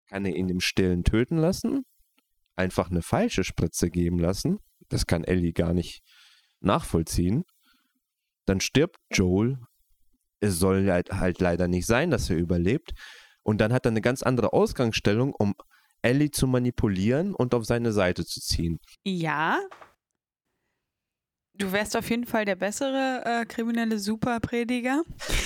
Kann er ihn im Stillen töten lassen, einfach eine falsche Spritze geben lassen, das kann Ellie gar nicht nachvollziehen, dann stirbt Joel, es soll halt leider nicht sein, dass er überlebt, und dann hat er eine ganz andere Ausgangsstellung, um Ellie zu manipulieren und auf seine Seite zu ziehen. Ja, du wärst auf jeden Fall der bessere kriminelle Superprediger.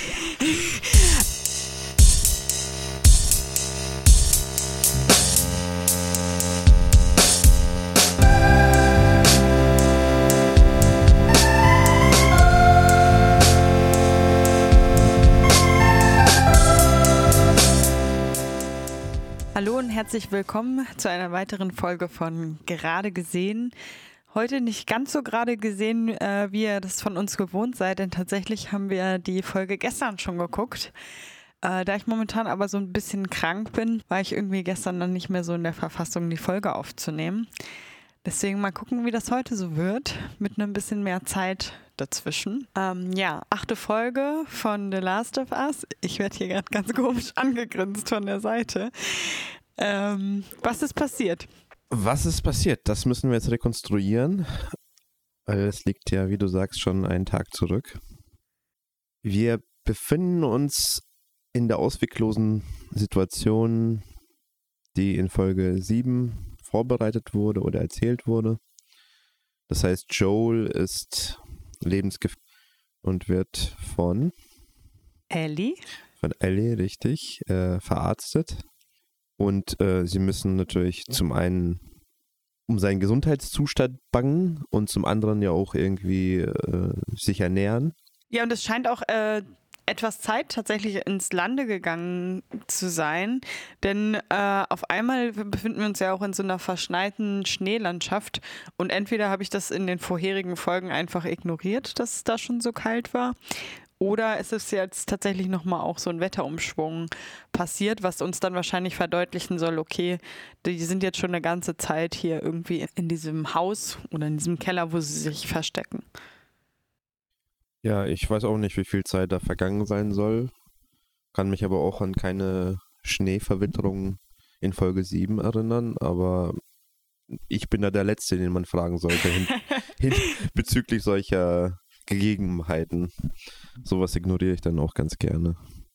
Hallo und herzlich willkommen zu einer weiteren Folge von Gerade gesehen. Heute nicht ganz so gerade gesehen, wie ihr das von uns gewohnt seid, denn tatsächlich haben wir die Folge gestern schon geguckt. Da ich momentan aber so ein bisschen krank bin, war ich irgendwie gestern dann nicht mehr so in der Verfassung, die Folge aufzunehmen. Deswegen mal gucken, wie das heute so wird, mit ein bisschen mehr Zeit dazwischen. 8. Folge von The Last of Us. Ich werde hier gerade ganz komisch angegrinst von der Seite. Was ist passiert? Was ist passiert? Das müssen wir jetzt rekonstruieren, weil es liegt ja, wie du sagst, schon einen Tag zurück. Wir befinden uns in der ausweglosen Situation, die in Folge 7 vorbereitet wurde oder erzählt wurde. Das heißt, Joel ist lebensgefährlich und wird von Ellie, richtig, verarztet. Und sie müssen natürlich zum einen um seinen Gesundheitszustand bangen und zum anderen ja auch irgendwie sich ernähren. Ja, und es scheint auch etwas Zeit tatsächlich ins Lande gegangen zu sein, denn auf einmal befinden wir uns ja auch in so einer verschneiten Schneelandschaft und entweder habe ich das in den vorherigen Folgen einfach ignoriert, dass es da schon so kalt war, oder es ist jetzt tatsächlich nochmal auch so ein Wetterumschwung passiert, was uns dann wahrscheinlich verdeutlichen soll, okay, die sind jetzt schon eine ganze Zeit hier irgendwie in diesem Haus oder in diesem Keller, wo sie sich verstecken. Ja, ich weiß auch nicht, wie viel Zeit da vergangen sein soll. Kann mich aber auch an keine Schneeverwitterung in Folge 7 erinnern, aber ich bin da der Letzte, den man fragen sollte bezüglich solcher Gegebenheiten. Sowas ignoriere ich dann auch ganz gerne.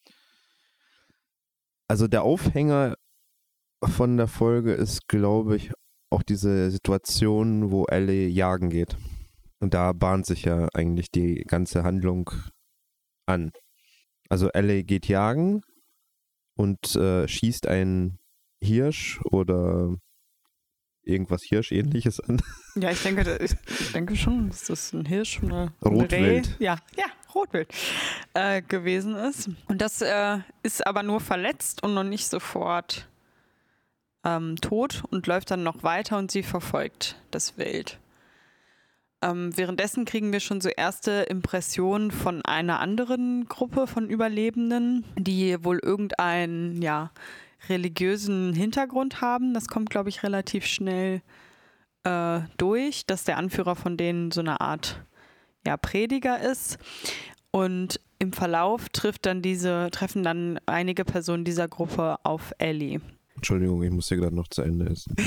Also der Aufhänger von der Folge ist, glaube ich, auch diese Situation, wo Ellie jagen geht. Und da bahnt sich ja eigentlich die ganze Handlung an. Also Ellie geht jagen und schießt einen Hirsch oder irgendwas Hirschähnliches an. Ja, ich denke schon, dass das ein Hirsch oder Rotwild. Reh, ja, Rotwild gewesen ist. Und das ist aber nur verletzt und noch nicht sofort tot und läuft dann noch weiter und sie verfolgt das Wild. Währenddessen kriegen wir schon so erste Impressionen von einer anderen Gruppe von Überlebenden, die wohl irgendeinen, religiösen Hintergrund haben. Das kommt, glaube ich, relativ schnell durch, dass der Anführer von denen so eine Art Prediger ist. Und im Verlauf treffen dann einige Personen dieser Gruppe auf Ellie. Entschuldigung, ich muss hier gerade noch zu Ende essen.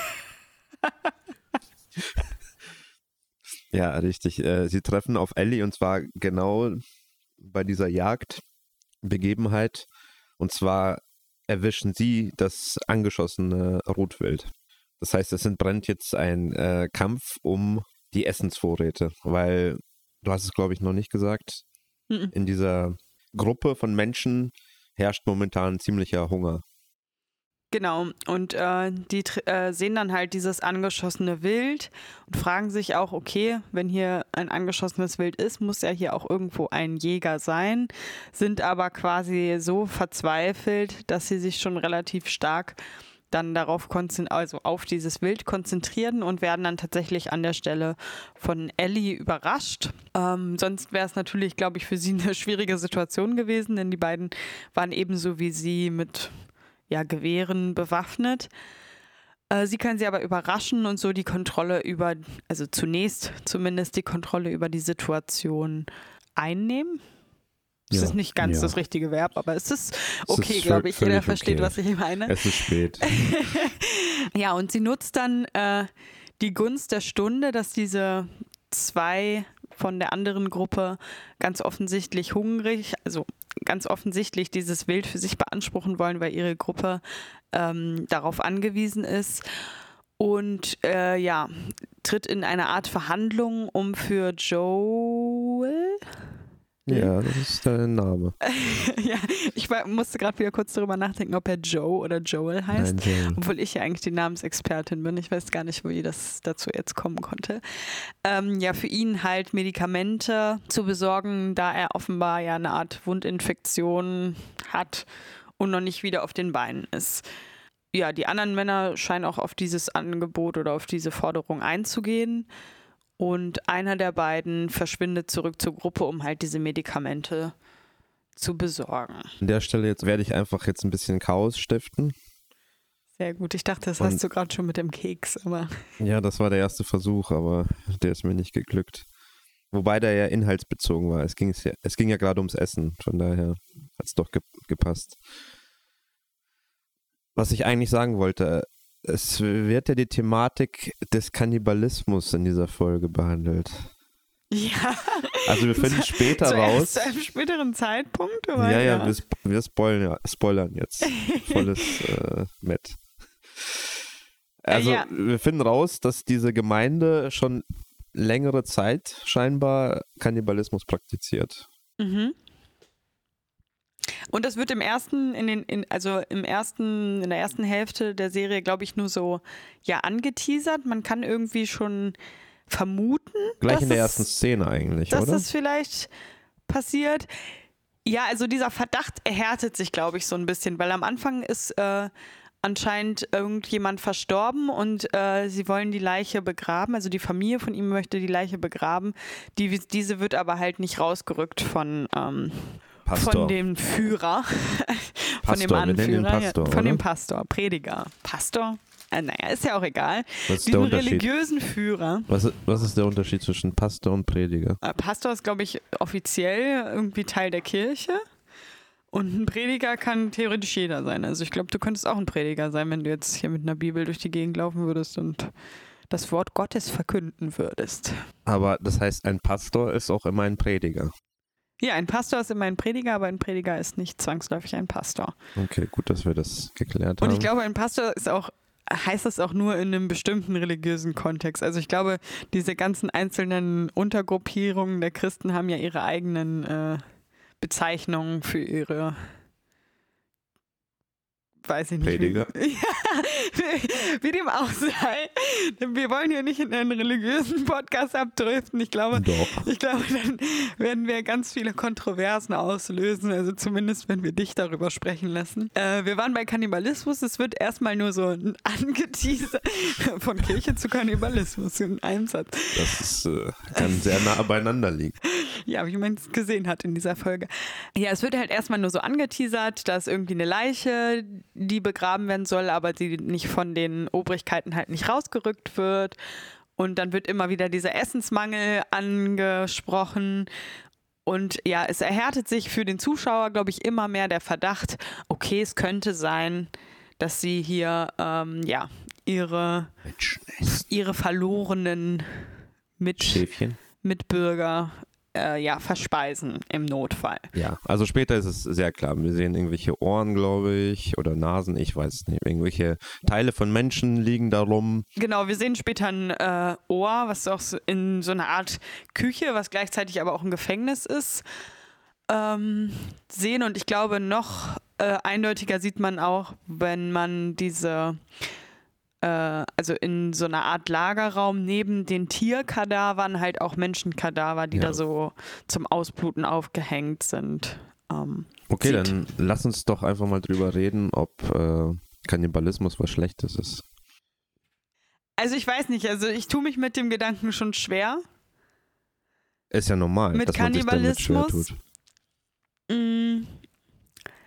Ja, richtig. Sie treffen auf Ellie und zwar genau bei dieser Jagdbegebenheit. Und zwar erwischen sie das angeschossene Rotwild. Das heißt, es entbrennt jetzt ein Kampf um die Essensvorräte, weil, du hast es glaube ich noch nicht gesagt, in dieser Gruppe von Menschen herrscht momentan ziemlicher Hunger. Genau, und die sehen dann halt dieses angeschossene Wild und fragen sich auch, okay, wenn hier ein angeschossenes Wild ist, muss ja hier auch irgendwo ein Jäger sein, sind aber quasi so verzweifelt, dass sie sich schon relativ stark dann auf dieses Wild konzentrieren und werden dann tatsächlich an der Stelle von Ellie überrascht. Sonst wäre es natürlich, glaube ich, für sie eine schwierige Situation gewesen, denn die beiden waren ebenso wie sie mit Gewehren bewaffnet. Sie können sie aber überraschen und so die Kontrolle zunächst zumindest die Kontrolle über die Situation einnehmen. Es Ja, ist nicht ganz ja. das richtige Verb, aber es ist okay, ist glaube ich. Jeder völlig versteht, okay. was ich meine. Es ist spät. Ja, und sie nutzt dann die Gunst der Stunde, dass diese 2 von der anderen Gruppe ganz offensichtlich hungrig, also ganz offensichtlich dieses Wild für sich beanspruchen wollen, weil ihre Gruppe darauf angewiesen ist. Und tritt in eine Art Verhandlung, um für Joel. Ja, das ist dein Name. Ja, ich musste gerade wieder kurz darüber nachdenken, ob er Joe oder Joel heißt. Nein, Joel. Obwohl ich ja eigentlich die Namensexpertin bin. Ich weiß gar nicht, wie das dazu jetzt kommen konnte. Für ihn halt Medikamente zu besorgen, da er offenbar ja eine Art Wundinfektion hat und noch nicht wieder auf den Beinen ist. Ja, die anderen Männer scheinen auch auf dieses Angebot oder auf diese Forderung einzugehen. Und einer der beiden verschwindet zurück zur Gruppe, um halt diese Medikamente zu besorgen. An der Stelle werde ich einfach jetzt ein bisschen Chaos stiften. Sehr gut. Ich dachte, das Und- hast du gerade schon mit dem Keks, aber Ja, das war der erste Versuch, aber der ist mir nicht geglückt. Wobei der ja inhaltsbezogen war. Es ging ja gerade ums Essen, von daher hat es doch gepasst. Was ich eigentlich sagen wollte, es wird ja die Thematik des Kannibalismus in dieser Folge behandelt. ja. Also wir finden später Zuerst raus. zu einem späteren Zeitpunkt, aber Ja, wir spoilern jetzt. Volles Met. Also Ja. wir finden raus, dass diese Gemeinde schon längere Zeit scheinbar Kannibalismus praktiziert. Mhm. Und das wird in der ersten Hälfte der Serie, glaube ich, nur so angeteasert. Man kann irgendwie schon vermuten, Gleich dass in der es- ersten Szene eigentlich, dass oder? das vielleicht passiert. Ja, also dieser Verdacht erhärtet sich, glaube ich, so ein bisschen, weil am Anfang ist anscheinend irgendjemand verstorben und sie wollen die Leiche begraben. Also die Familie von ihm möchte die Leiche begraben. Diese wird aber halt nicht rausgerückt von dem Führer, von dem Pastor, wir nennen ihn Anführer, Pastor, von oder? dem Pastor, Prediger. Pastor? Naja, ist ja auch egal. Was ist der Diesen Unterschied? religiösen Führer. Was ist der Unterschied zwischen Pastor und Prediger? Pastor ist, glaube ich, offiziell irgendwie Teil der Kirche. Und ein Prediger kann theoretisch jeder sein. Also ich glaube, du könntest auch ein Prediger sein, wenn du jetzt hier mit einer Bibel durch die Gegend laufen würdest und das Wort Gottes verkünden würdest. Aber das heißt, ein Pastor ist auch immer ein Prediger. Ja, ein Pastor ist immer ein Prediger, aber ein Prediger ist nicht zwangsläufig ein Pastor. Okay, gut, dass wir das geklärt Und haben. ich glaube, ein Pastor heißt das auch nur in einem bestimmten religiösen Kontext. Also ich glaube, diese ganzen einzelnen Untergruppierungen der Christen haben ja ihre eigenen Bezeichnungen für ihre, weiß ich nicht. Prediger. Wie dem auch sei. Wir wollen hier nicht in einen religiösen Podcast abdriften. Ich glaube, Doch. dann werden wir ganz viele Kontroversen auslösen, also zumindest, wenn wir dich darüber sprechen lassen. Wir waren bei Kannibalismus. Es wird erstmal nur so ein Angeteaser von Kirche zu Kannibalismus in einem Satz. Das kann sehr nah beieinander liegen. Ja, wie man es gesehen hat in dieser Folge. Ja, es wird halt erstmal nur so angeteasert, dass irgendwie eine Leiche, die begraben werden soll, aber die nicht von den Obrigkeiten halt nicht rausgerückt wird. Und dann wird immer wieder dieser Essensmangel angesprochen. Und ja, es erhärtet sich für den Zuschauer, glaube ich, immer mehr der Verdacht, okay, es könnte sein, dass sie hier ihre verlorenen Schäfchen. Mitbürger verspeisen im Notfall. Ja, also später ist es sehr klar. Wir sehen irgendwelche Ohren, glaube ich, oder Nasen, ich weiß es nicht. Irgendwelche Teile von Menschen liegen da rum. Genau, wir sehen später ein Ohr, was auch so in so einer Art Küche, was gleichzeitig aber auch ein Gefängnis ist, sehen. Und ich glaube, noch eindeutiger sieht man auch, wenn man diese also in so einer Art Lagerraum neben den Tierkadavern halt auch Menschenkadaver, die da so zum Ausbluten aufgehängt sind. Okay, sieht. dann lass uns doch einfach mal drüber reden, ob Kannibalismus was Schlechtes ist. Also ich weiß nicht, also ich tue mich mit dem Gedanken schon schwer. Ist ja normal, Mit dass man sich damit schwer Kannibalismus? tut. Mm,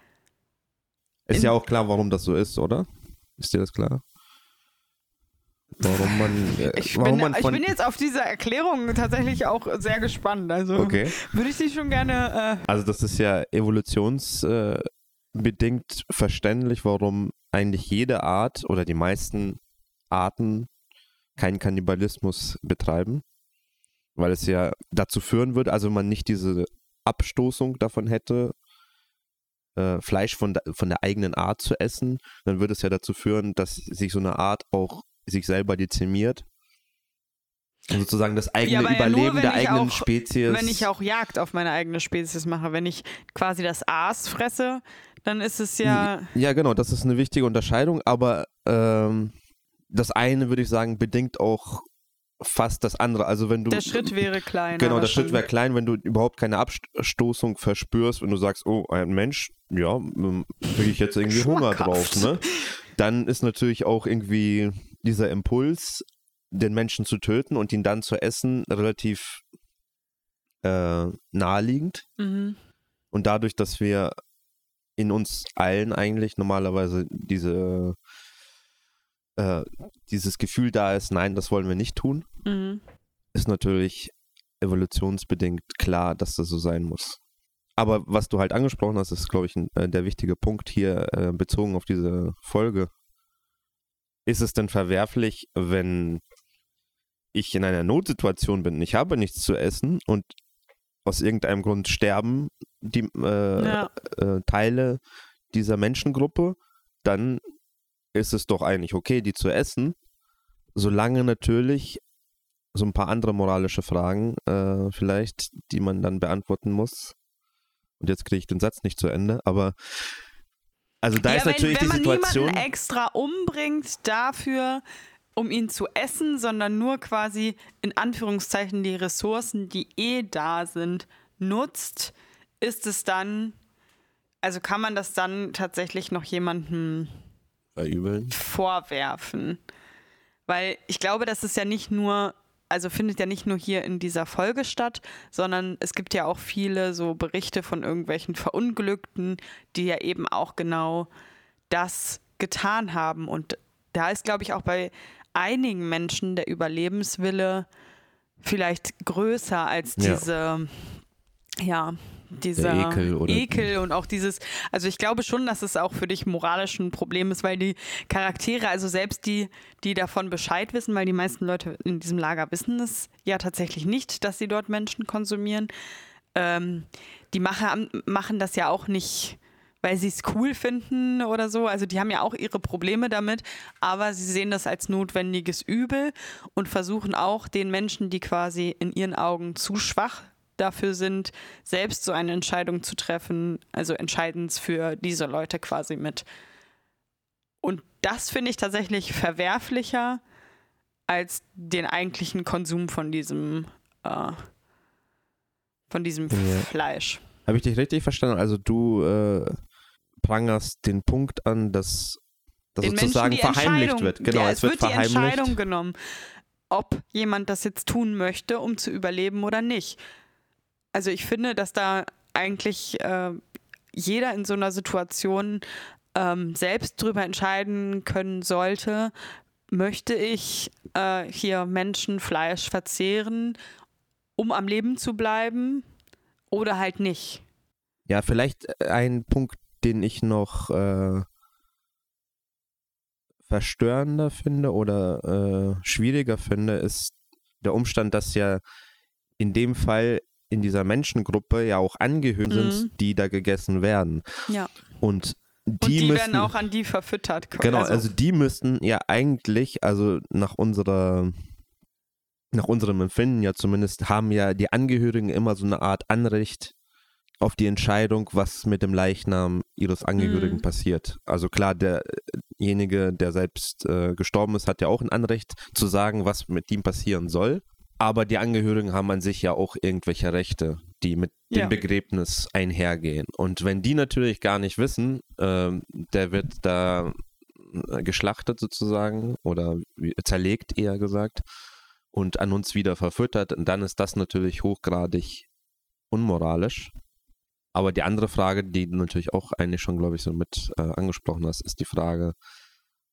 Ist ja auch klar, warum das so ist, oder? Ist dir das klar? warum man. Ich bin jetzt auf diese Erklärung tatsächlich auch sehr gespannt. Also würde ich sie schon gerne. Also, das ist ja evolutionsbedingt verständlich, warum eigentlich jede Art oder die meisten Arten keinen Kannibalismus betreiben. Weil es ja dazu führen würde, also man nicht diese Abstoßung davon hätte, Fleisch von der eigenen Art zu essen, dann würde es ja dazu führen, dass sich so eine Art auch sich selber dezimiert. Und sozusagen das eigene Überleben der eigenen Spezies. Wenn ich auch Jagd auf meine eigene Spezies mache, wenn ich quasi das Aas fresse, dann ist es ja... Ja, genau, das ist eine wichtige Unterscheidung, aber das eine, würde ich sagen, bedingt auch fast das andere. Also wenn du... Der Schritt wäre klein. Genau, der Schritt wäre klein, wenn du überhaupt keine Abstoßung verspürst, wenn du sagst, oh, ein Mensch, ja, kriege ich jetzt irgendwie Hunger drauf, ne? Dann ist natürlich auch irgendwie dieser Impuls, den Menschen zu töten und ihn dann zu essen, relativ naheliegend. Mhm. Und dadurch, dass wir in uns allen eigentlich normalerweise dieses Gefühl da ist, nein, das wollen wir nicht tun, ist natürlich evolutionsbedingt klar, dass das so sein muss. Aber was du halt angesprochen hast, ist, glaube ich, der wichtige Punkt hier bezogen auf diese Folge. Ist es denn verwerflich, wenn ich in einer Notsituation bin, ich habe nichts zu essen und aus irgendeinem Grund sterben die Teile dieser Menschengruppe, dann ist es doch eigentlich okay, die zu essen, solange natürlich so ein paar andere moralische Fragen vielleicht, die man dann beantworten muss. Und jetzt kriege ich den Satz nicht zu Ende, aber also da ist natürlich die Situation... Wenn man niemanden extra umbringt dafür, um ihn zu essen, sondern nur quasi in Anführungszeichen die Ressourcen, die da sind, nutzt, ist es dann, also kann man das dann tatsächlich noch jemandem vorwerfen? Weil ich glaube, das ist ja nicht nur, also findet ja nicht nur hier in dieser Folge statt, sondern es gibt ja auch viele so Berichte von irgendwelchen Verunglückten, die ja eben auch genau das getan haben. Und da ist, glaube ich, auch bei einigen Menschen der Überlebenswille vielleicht größer als dieser Ekel und auch dieses, also ich glaube schon, dass es auch für dich moralisch ein Problem ist, weil die Charaktere, also selbst die davon Bescheid wissen, weil die meisten Leute in diesem Lager wissen es ja tatsächlich nicht, dass sie dort Menschen konsumieren, die machen das ja auch nicht, weil sie es cool finden oder so, also die haben ja auch ihre Probleme damit, aber sie sehen das als notwendiges Übel und versuchen auch den Menschen, die quasi in ihren Augen zu schwach dafür sind, selbst so eine Entscheidung zu treffen, also entscheidend für diese Leute quasi mit. Und das finde ich tatsächlich verwerflicher als den eigentlichen Konsum von diesem Fleisch. Habe ich dich richtig verstanden? Also du prangerst den Punkt an, dass sozusagen verheimlicht wird. Genau, ja, es wird die Entscheidung genommen, ob jemand das jetzt tun möchte, um zu überleben oder nicht. Also ich finde, dass da eigentlich jeder in so einer Situation selbst drüber entscheiden können sollte, möchte ich hier Menschenfleisch verzehren, um am Leben zu bleiben oder halt nicht. Ja, vielleicht ein Punkt, den ich noch verstörender finde oder schwieriger finde, ist der Umstand, dass ja in dem Fall in dieser Menschengruppe ja auch Angehörige sind, die da gegessen werden. Ja. Und die werden auch an die verfüttert. Genau, also die müssten ja eigentlich, also nach unserem Empfinden ja zumindest, haben ja die Angehörigen immer so eine Art Anrecht auf die Entscheidung, was mit dem Leichnam ihres Angehörigen passiert. Also klar, derjenige, der selbst gestorben ist, hat ja auch ein Anrecht zu sagen, was mit ihm passieren soll. Aber die Angehörigen haben an sich ja auch irgendwelche Rechte, die mit dem Begräbnis einhergehen. Und wenn die natürlich gar nicht wissen, der wird da geschlachtet sozusagen oder zerlegt eher gesagt und an uns wieder verfüttert, dann ist das natürlich hochgradig unmoralisch. Aber die andere Frage, die du natürlich auch eigentlich schon, glaube ich, so mit angesprochen hast, ist die Frage,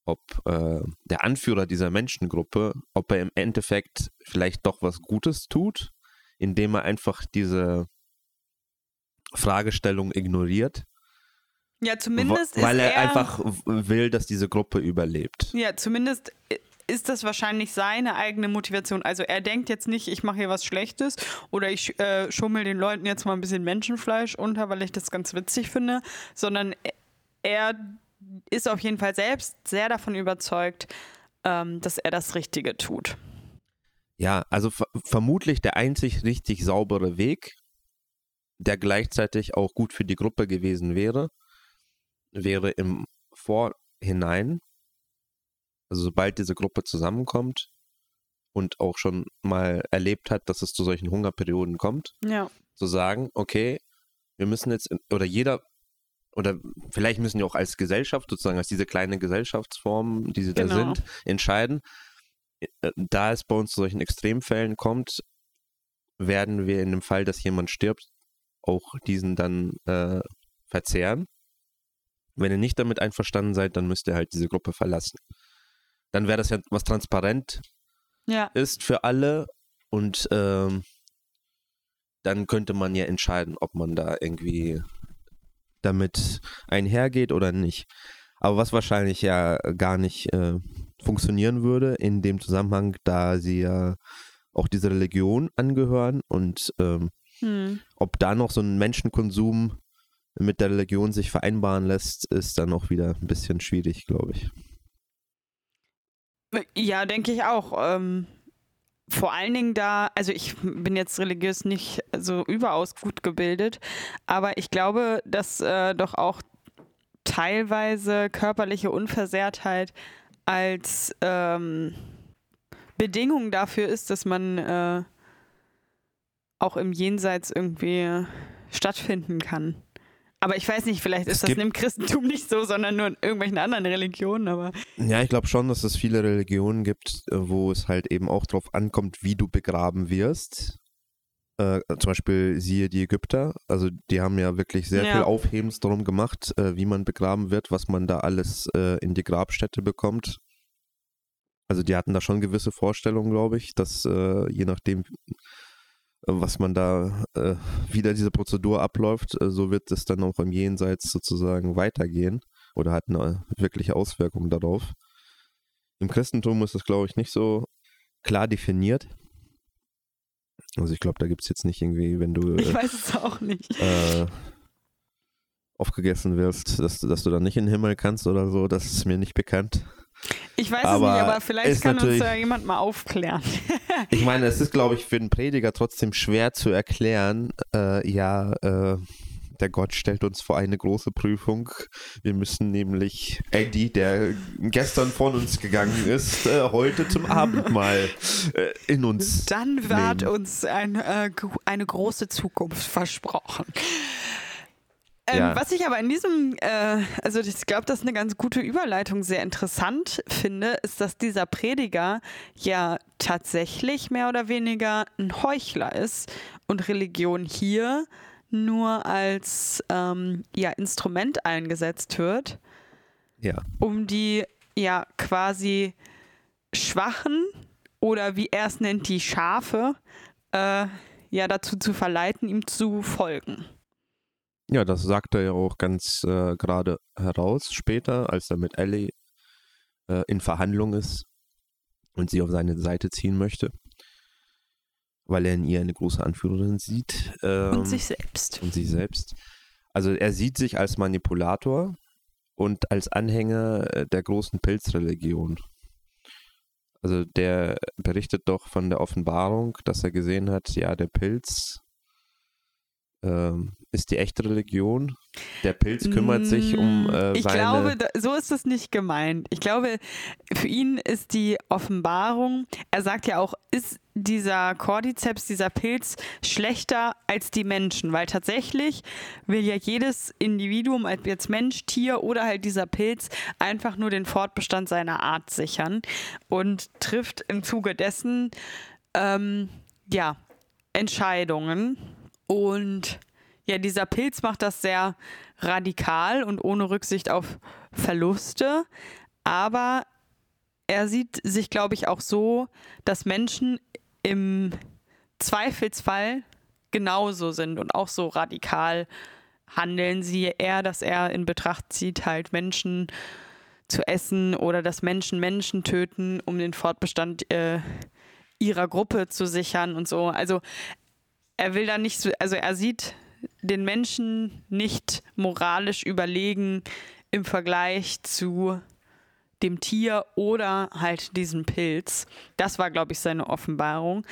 ob der Anführer dieser Menschengruppe, ob er im Endeffekt vielleicht doch was Gutes tut, indem er einfach diese Fragestellung ignoriert. Ja, zumindest weil er einfach will, dass diese Gruppe überlebt. Ja, zumindest ist das wahrscheinlich seine eigene Motivation. Also er denkt jetzt nicht, ich mache hier was Schlechtes oder ich schummel den Leuten jetzt mal ein bisschen Menschenfleisch unter, weil ich das ganz witzig finde, sondern er ist auf jeden Fall selbst sehr davon überzeugt, dass er das Richtige tut. Ja, also vermutlich der einzig richtig saubere Weg, der gleichzeitig auch gut für die Gruppe gewesen wäre im Vorhinein, also sobald diese Gruppe zusammenkommt und auch schon mal erlebt hat, dass es zu solchen Hungerperioden kommt, zu sagen, okay, wir müssen jetzt, oder vielleicht müssen wir auch als Gesellschaft, sozusagen als diese kleine Gesellschaftsform, die sie da sind, entscheiden, da es bei uns zu solchen Extremfällen kommt, werden wir in dem Fall, dass jemand stirbt, auch diesen dann verzehren. Wenn ihr nicht damit einverstanden seid, dann müsst ihr halt diese Gruppe verlassen. Dann wäre das ja was transparent ist für alle und dann könnte man ja entscheiden, ob man da irgendwie damit einhergeht oder nicht. Aber was wahrscheinlich ja gar nicht funktionieren würde in dem Zusammenhang, da sie ja auch dieser Religion angehören und ob da noch so ein Menschenkonsum mit der Religion sich vereinbaren lässt, ist dann auch wieder ein bisschen schwierig, glaube ich. Ja, denke ich auch. Vor allen Dingen also ich bin jetzt religiös nicht so überaus gut gebildet, aber ich glaube, dass doch auch teilweise körperliche Unversehrtheit als Bedingung dafür ist, dass man auch im Jenseits irgendwie stattfinden kann. Aber ich weiß nicht, vielleicht ist das im Christentum nicht so, sondern nur in irgendwelchen anderen Religionen. Aber ja, ich glaube schon, dass es viele Religionen gibt, wo es halt eben auch drauf ankommt, wie du begraben wirst. Zum Beispiel siehe die Ägypter, also die haben ja wirklich sehr viel Aufhebens darum gemacht, wie man begraben wird, was man da alles in die Grabstätte bekommt. Also die hatten da schon gewisse Vorstellungen, glaube ich, dass je nachdem, was man da wieder diese Prozedur abläuft, so wird es dann auch im Jenseits sozusagen weitergehen oder hat eine wirkliche Auswirkung darauf. Im Christentum ist das, glaube ich, nicht so klar definiert. Also ich glaube, da gibt es jetzt nicht irgendwie, wenn du ich weiß es auch nicht. Aufgegessen wirst, dass du dann nicht in den Himmel kannst oder so, das ist mir nicht bekannt. Ich weiß es nicht, aber vielleicht kann uns ja jemand mal aufklären. Ich meine, es ist, glaube ich, für den Prediger trotzdem schwer zu erklären, der Gott stellt uns vor eine große Prüfung. Wir müssen nämlich Eddie, der gestern von uns gegangen ist, heute zum Abendmahl in uns Dann wird uns eine große Zukunft versprochen. Was ich aber in diesem, also ich glaube, das ist eine ganz gute Überleitung, sehr interessant finde, ist, dass dieser Prediger ja tatsächlich mehr oder weniger ein Heuchler ist und Religion hier nur als Instrument eingesetzt wird, um die quasi Schwachen oder wie er es nennt, die Schafe, dazu zu verleiten, ihm zu folgen. Ja, das sagt er ja auch ganz gerade heraus später, als er mit Ellie in Verhandlung ist und sie auf seine Seite ziehen möchte, weil er in ihr eine große Anführerin sieht. Und sich selbst. Und sich selbst. Also er sieht sich als Manipulator und als Anhänger der großen Pilzreligion. Also der berichtet doch von der Offenbarung, dass er gesehen hat, ja, der Pilz ist die echte Religion. Der Pilz kümmert sich um Ich glaube, so ist es nicht gemeint. Ich glaube, für ihn ist die Offenbarung, er sagt ja auch, ist dieser Cordyceps, dieser Pilz, schlechter als die Menschen, weil tatsächlich will ja jedes Individuum, als jetzt Mensch, Tier oder halt dieser Pilz, einfach nur den Fortbestand seiner Art sichern und trifft im Zuge dessen Entscheidungen. Und ja, dieser Pilz macht das sehr radikal und ohne Rücksicht auf Verluste. Aber er sieht sich, glaube ich, auch so, dass Menschen im Zweifelsfall genauso sind und auch so radikal handeln sie eher, dass er in Betracht zieht, halt Menschen zu essen oder dass Menschen Menschen töten, um den Fortbestand ihrer Gruppe zu sichern und so. Also er will da nicht so, also er sieht den Menschen nicht moralisch überlegen im Vergleich zu dem Tier oder halt diesem Pilz. Das war, glaube ich, seine Offenbarung.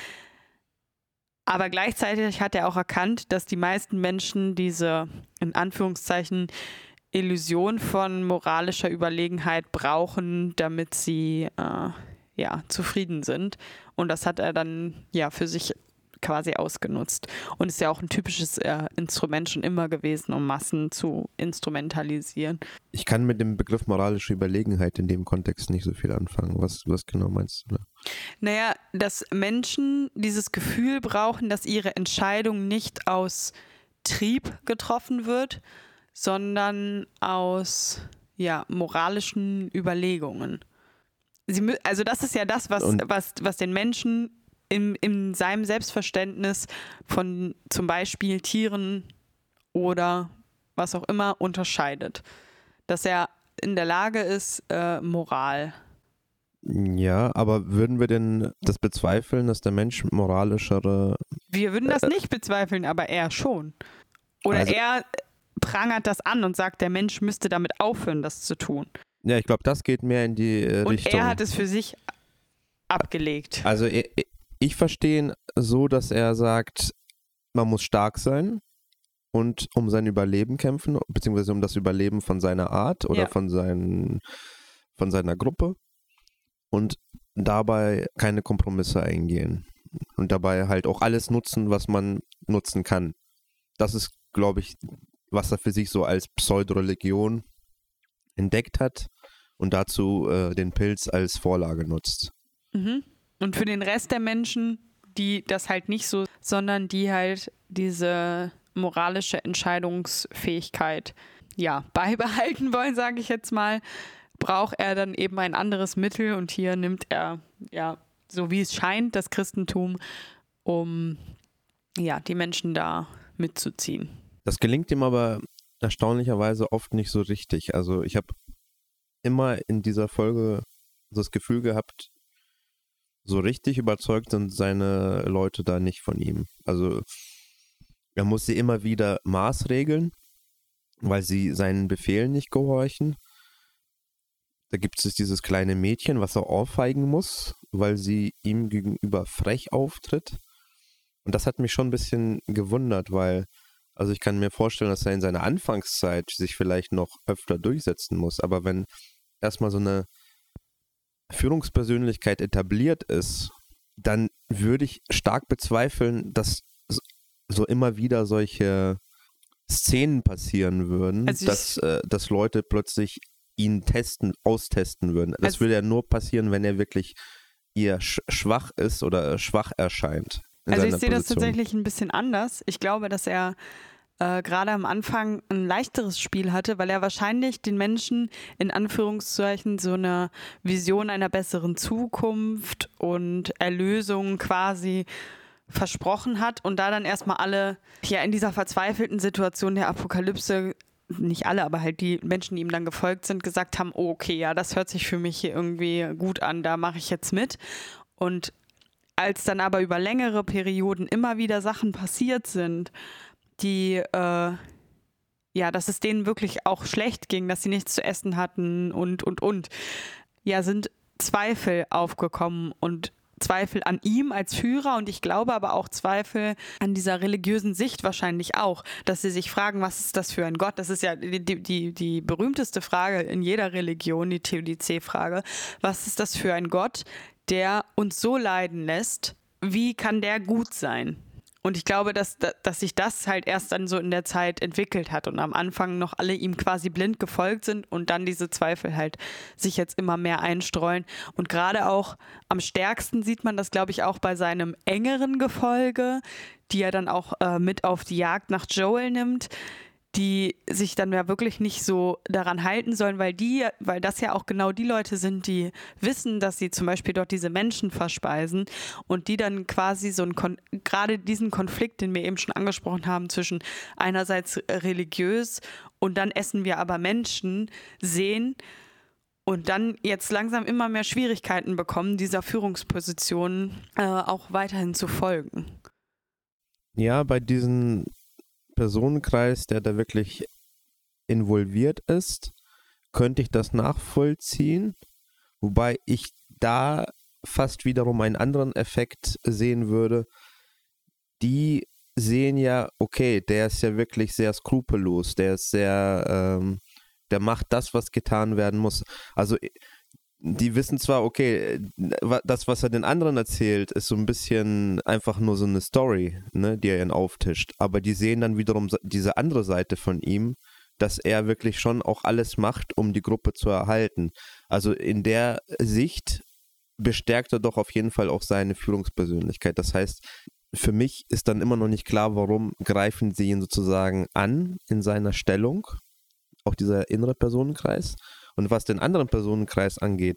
Aber gleichzeitig hat er auch erkannt, dass die meisten Menschen diese, in Anführungszeichen, Illusion von moralischer Überlegenheit brauchen, damit sie zufrieden sind. Und das hat er dann für sich quasi ausgenutzt. Und ist ja auch ein typisches Instrument schon immer gewesen, um Massen zu instrumentalisieren. Ich kann mit dem Begriff moralische Überlegenheit in dem Kontext nicht so viel anfangen. Was genau meinst du da? Naja, dass Menschen dieses Gefühl brauchen, dass ihre Entscheidung nicht aus Trieb getroffen wird, sondern aus moralischen Überlegungen. Also das ist ja das, was den Menschen in seinem Selbstverständnis von zum Beispiel Tieren oder was auch immer unterscheidet. Dass er in der Lage ist, Moral. Ja, aber würden wir denn das bezweifeln, dass der Mensch moralischere... Wir würden das nicht bezweifeln, aber er schon. Oder also, er prangert das an und sagt, der Mensch müsste damit aufhören, das zu tun. Ja, ich glaube, das geht mehr in die Richtung. Und er hat es für sich abgelegt. Also ich verstehe ihn so, dass er sagt, man muss stark sein und um sein Überleben kämpfen, beziehungsweise um das Überleben von seiner Art oder von seiner Gruppe und dabei keine Kompromisse eingehen und dabei halt auch alles nutzen, was man nutzen kann. Das ist, glaube ich, was er für sich so als Pseudoreligion entdeckt hat und dazu den Pilz als Vorlage nutzt. Mhm. Und für den Rest der Menschen, die das halt nicht so, sondern die halt diese moralische Entscheidungsfähigkeit beibehalten wollen, sage ich jetzt mal, braucht er dann eben ein anderes Mittel und hier nimmt er, so wie es scheint, das Christentum, um die Menschen da mitzuziehen. Das gelingt ihm aber erstaunlicherweise oft nicht so richtig. Also ich habe immer in dieser Folge das Gefühl gehabt, so richtig überzeugt sind seine Leute da nicht von ihm. Also er muss sie immer wieder maßregeln, weil sie seinen Befehlen nicht gehorchen. Da gibt es dieses kleine Mädchen, was er ohrfeigen muss, weil sie ihm gegenüber frech auftritt. Und das hat mich schon ein bisschen gewundert, weil also ich kann mir vorstellen, dass er in seiner Anfangszeit sich vielleicht noch öfter durchsetzen muss. Aber wenn erstmal so eine Führungspersönlichkeit etabliert ist, dann würde ich stark bezweifeln, dass so immer wieder solche Szenen passieren würden, also dass Leute plötzlich ihn austesten würden. Das würde ja nur passieren, wenn er wirklich eher schwach ist oder schwach erscheint. Also ich sehe das tatsächlich ein bisschen anders. Ich glaube, dass er gerade am Anfang ein leichteres Spiel hatte, weil er wahrscheinlich den Menschen in Anführungszeichen so eine Vision einer besseren Zukunft und Erlösung quasi versprochen hat und da dann erstmal alle in dieser verzweifelten Situation der Apokalypse, nicht alle, aber halt die Menschen, die ihm dann gefolgt sind, gesagt haben, oh, okay, das hört sich für mich hier irgendwie gut an, da mache ich jetzt mit. Und als dann aber über längere Perioden immer wieder Sachen passiert sind, die, dass es denen wirklich auch schlecht ging, dass sie nichts zu essen hatten und, sind Zweifel aufgekommen und Zweifel an ihm als Führer und ich glaube aber auch Zweifel an dieser religiösen Sicht wahrscheinlich auch, dass sie sich fragen, was ist das für ein Gott? Das ist ja die berühmteste Frage in jeder Religion, die Theodizee-Frage. Was ist das für ein Gott, der uns so leiden lässt? Wie kann der gut sein? Und ich glaube, dass sich das halt erst dann so in der Zeit entwickelt hat und am Anfang noch alle ihm quasi blind gefolgt sind und dann diese Zweifel halt sich jetzt immer mehr einstreuen. Und gerade auch am stärksten sieht man das, glaube ich, auch bei seinem engeren Gefolge, die er dann auch mit auf die Jagd nach Joel nimmt, die sich dann ja wirklich nicht so daran halten sollen, weil das ja auch genau die Leute sind, die wissen, dass sie zum Beispiel dort diese Menschen verspeisen und die dann quasi gerade diesen Konflikt, den wir eben schon angesprochen haben, zwischen einerseits religiös und dann essen wir aber Menschen, sehen und dann jetzt langsam immer mehr Schwierigkeiten bekommen, dieser Führungsposition auch weiterhin zu folgen. Ja, bei diesem Personenkreis, der da wirklich involviert ist, könnte ich das nachvollziehen, wobei ich da fast wiederum einen anderen Effekt sehen würde. Die sehen ja, okay, der ist ja wirklich sehr skrupellos, der ist sehr, der macht das, was getan werden muss. Also die wissen zwar, okay, das, was er den anderen erzählt, ist so ein bisschen einfach nur so eine Story, ne, die er ihnen auftischt, aber die sehen dann wiederum diese andere Seite von ihm, dass er wirklich schon auch alles macht, um die Gruppe zu erhalten. Also in der Sicht bestärkt er doch auf jeden Fall auch seine Führungspersönlichkeit. Das heißt, für mich ist dann immer noch nicht klar, warum greifen sie ihn sozusagen an in seiner Stellung, auch dieser innere Personenkreis. Und was den anderen Personenkreis angeht,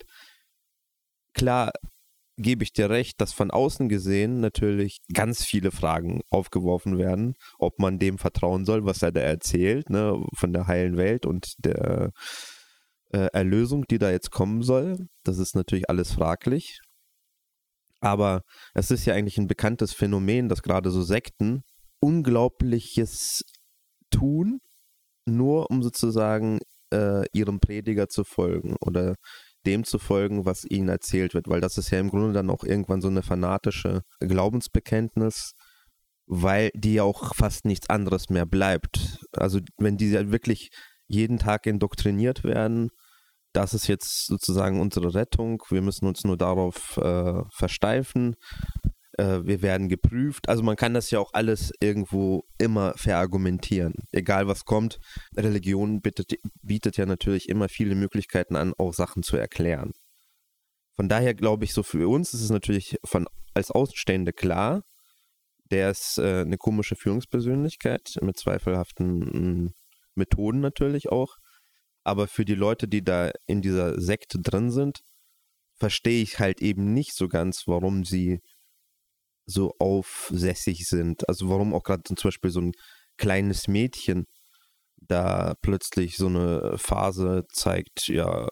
klar gebe ich dir recht, dass von außen gesehen natürlich ganz viele Fragen aufgeworfen werden, ob man dem vertrauen soll, was er da erzählt, ne, von der heilen Welt und der Erlösung, die da jetzt kommen soll. Das ist natürlich alles fraglich. Aber es ist ja eigentlich ein bekanntes Phänomen, dass gerade so Sekten Unglaubliches tun, nur um sozusagen ihrem Prediger zu folgen oder dem zu folgen, was ihnen erzählt wird, weil das ist ja im Grunde dann auch irgendwann so eine fanatische Glaubensbekenntnis, weil die ja auch fast nichts anderes mehr bleibt. Also wenn die ja wirklich jeden Tag indoktriniert werden, das ist jetzt sozusagen unsere Rettung, wir müssen uns nur darauf versteifen, wir werden geprüft. Also man kann das ja auch alles irgendwo immer verargumentieren. Egal was kommt, Religion bietet ja natürlich immer viele Möglichkeiten an, auch Sachen zu erklären. Von daher glaube ich, so für uns ist es natürlich als Außenstehende klar, der ist eine komische Führungspersönlichkeit mit zweifelhaften Methoden natürlich auch. Aber für die Leute, die da in dieser Sekte drin sind, verstehe ich halt eben nicht so ganz, warum sie so aufsässig sind. Also warum auch gerade zum Beispiel so ein kleines Mädchen da plötzlich so eine Phase zeigt, ja,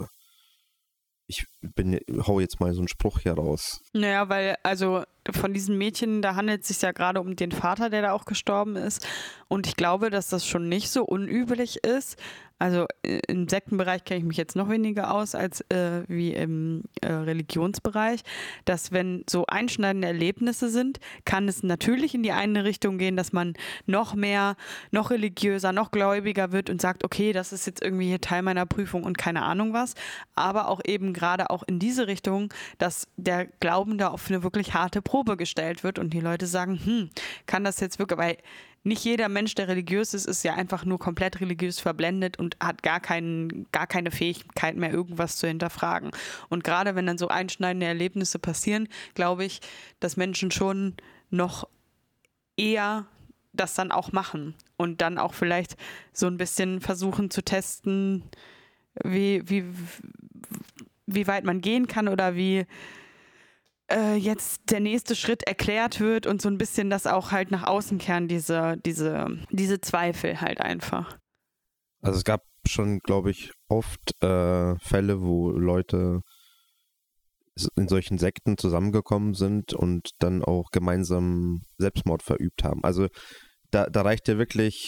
hau jetzt mal so einen Spruch hier raus. Naja, weil also von diesen Mädchen, da handelt es sich ja gerade um den Vater, der da auch gestorben ist. Und ich glaube, dass das schon nicht so unüblich ist. Also im Sektenbereich kenne ich mich jetzt noch weniger aus als wie im Religionsbereich, dass wenn so einschneidende Erlebnisse sind, kann es natürlich in die eine Richtung gehen, dass man noch mehr, noch religiöser, noch gläubiger wird und sagt, okay, das ist jetzt irgendwie hier Teil meiner Prüfung und keine Ahnung was. Aber auch eben gerade auch in diese Richtung, dass der Glauben da auf eine wirklich harte Probe gestellt wird und die Leute sagen, kann das jetzt wirklich, weil nicht jeder Mensch, der religiös ist ja einfach nur komplett religiös verblendet und hat gar keine Fähigkeit mehr, irgendwas zu hinterfragen. Und gerade wenn dann so einschneidende Erlebnisse passieren, glaube ich, dass Menschen schon noch eher das dann auch machen und dann auch vielleicht so ein bisschen versuchen zu testen, wie weit man gehen kann oder wie jetzt der nächste Schritt erklärt wird und so ein bisschen das auch halt nach außen kehren, diese Zweifel halt einfach. Also es gab schon, glaube ich, oft Fälle, wo Leute in solchen Sekten zusammengekommen sind und dann auch gemeinsam Selbstmord verübt haben. Also da reicht ja wirklich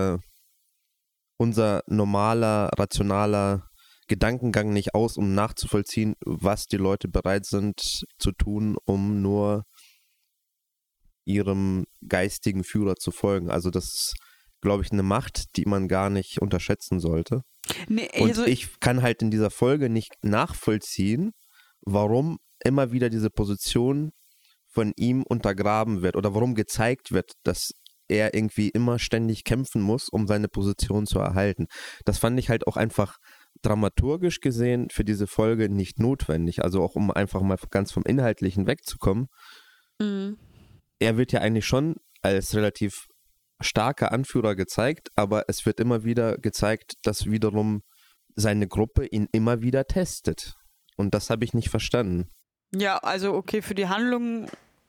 unser normaler, rationaler Gedankengang nicht aus, um nachzuvollziehen, was die Leute bereit sind zu tun, um nur ihrem geistigen Führer zu folgen. Also das ist, glaube ich, eine Macht, die man gar nicht unterschätzen sollte. Nee, also und ich kann halt in dieser Folge nicht nachvollziehen, warum immer wieder diese Position von ihm untergraben wird oder warum gezeigt wird, dass er irgendwie immer ständig kämpfen muss, um seine Position zu erhalten. Das fand ich halt auch einfach dramaturgisch gesehen für diese Folge nicht notwendig. Also auch um einfach mal ganz vom Inhaltlichen wegzukommen. Mhm. Er wird ja eigentlich schon als relativ starker Anführer gezeigt, aber es wird immer wieder gezeigt, dass wiederum seine Gruppe ihn immer wieder testet. Und das habe ich nicht verstanden. Ja, also okay, für die Handlung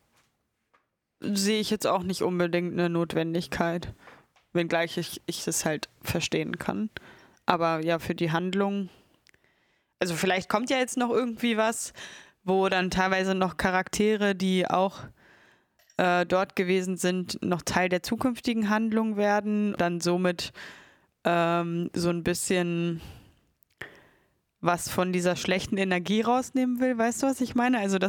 sehe ich jetzt auch nicht unbedingt eine Notwendigkeit, wenngleich ich das halt verstehen kann. Aber ja, für die Handlung, also vielleicht kommt ja jetzt noch irgendwie was, wo dann teilweise noch Charaktere, die auch dort gewesen sind, noch Teil der zukünftigen Handlung werden, dann somit so ein bisschen was von dieser schlechten Energie rausnehmen will, weißt du, was ich meine? Also,